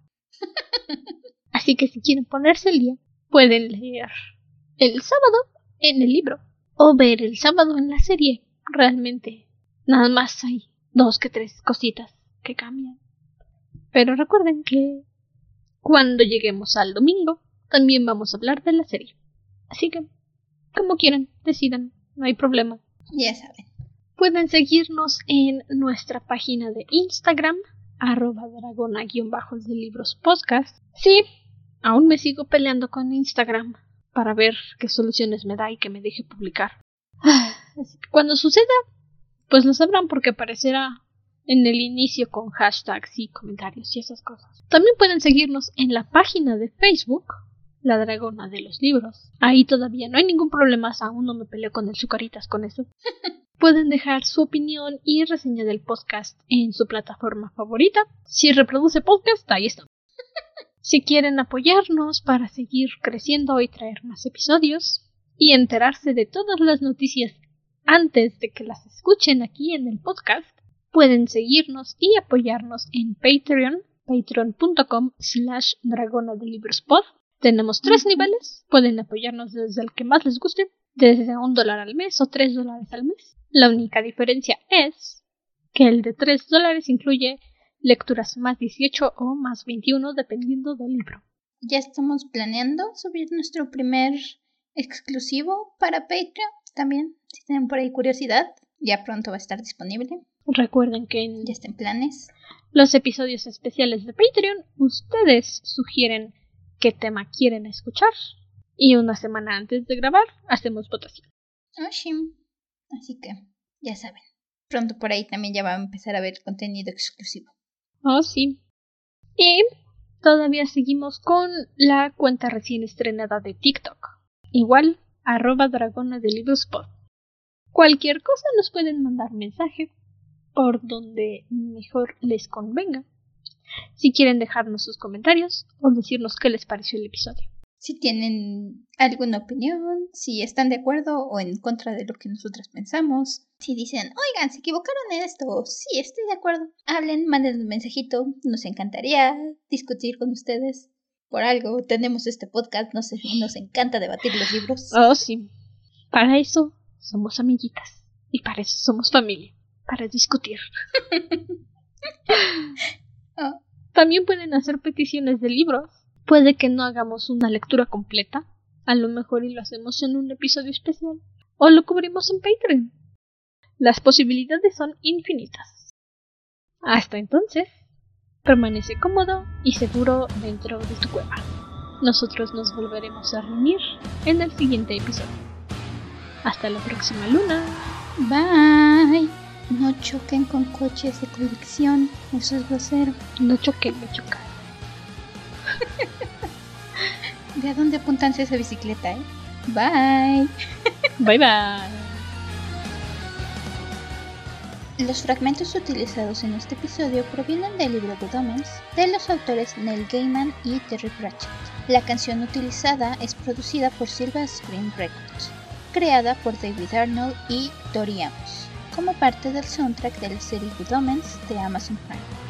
Así que si quieren ponerse al día, pueden leer el sábado en el libro o ver el sábado en la serie. Realmente, nada más hay dos que tres cositas que cambian. Pero recuerden que cuando lleguemos al domingo, también vamos a hablar de la serie. Así que, como quieran, decidan, no hay problema. Ya saben. Pueden seguirnos en nuestra página de Instagram, arroba dragona-de libros podcast. Sí, aún me sigo peleando con Instagram para ver qué soluciones me da y que me deje publicar. Así que cuando suceda, pues lo sabrán porque aparecerá en el inicio con hashtags y comentarios y esas cosas. También pueden seguirnos en la página de Facebook, La Dragona de los Libros. Ahí todavía no hay ningún problema, aún no me peleo con el Zucaritas con eso. Pueden dejar su opinión y reseña del podcast en su plataforma favorita. Si reproduce podcast, ahí está. Si quieren apoyarnos para seguir creciendo y traer más episodios y enterarse de todas las noticias antes de que las escuchen aquí en el podcast, pueden seguirnos y apoyarnos en Patreon, patreon.com slash dragona de libros pod. Tenemos tres uh-huh. niveles, pueden apoyarnos desde el que más les guste, desde un dólar al mes o tres dólares al mes. La única diferencia es que el de tres dólares incluye lecturas más dieciocho o más veintiuno dependiendo del libro. Ya estamos planeando subir nuestro primer exclusivo para Patreon también, si tienen por ahí curiosidad, ya pronto va a estar disponible. Recuerden que en ya está en planes. Los episodios especiales de Patreon, ustedes sugieren qué tema quieren escuchar y una semana antes de grabar hacemos votación. Oh, sí. Así que ya saben, pronto por ahí también ya va a empezar a haber contenido exclusivo. Oh, sí. Y todavía seguimos con la cuenta recién estrenada de TikTok. Igual, arroba dragona de libros pod. Cualquier cosa nos pueden mandar mensaje por donde mejor les convenga. Si quieren dejarnos sus comentarios o decirnos qué les pareció el episodio. Si tienen alguna opinión, si están de acuerdo o en contra de lo que nosotras pensamos. Si dicen, oigan, se equivocaron en esto, sí, estoy de acuerdo. Hablen, manden un mensajito, nos encantaría discutir con ustedes. Por algo tenemos este podcast, nos, nos encanta debatir los libros. Oh, sí. Para eso somos amiguitas y para eso somos familia, para discutir. Oh. También pueden hacer peticiones de libros. Puede que no hagamos una lectura completa, a lo mejor y lo hacemos en un episodio especial, o lo cubrimos en Patreon. Las posibilidades son infinitas. Hasta entonces, permanece cómodo y seguro dentro de tu cueva. Nosotros nos volveremos a reunir en el siguiente episodio. Hasta la próxima luna. Bye. No choquen con coches de colección, eso es grosero. No choquen, no chocan. ¿De a dónde apuntan esa bicicleta, eh? Bye. Bye bye. Los fragmentos utilizados en este episodio provienen del libro Good Omens de los autores Neil Gaiman y Terry Pratchett. La canción utilizada es producida por Silver Screen Records, creada por David Arnold y Tori Amos, como parte del soundtrack de la serie Good Omens de Amazon Prime.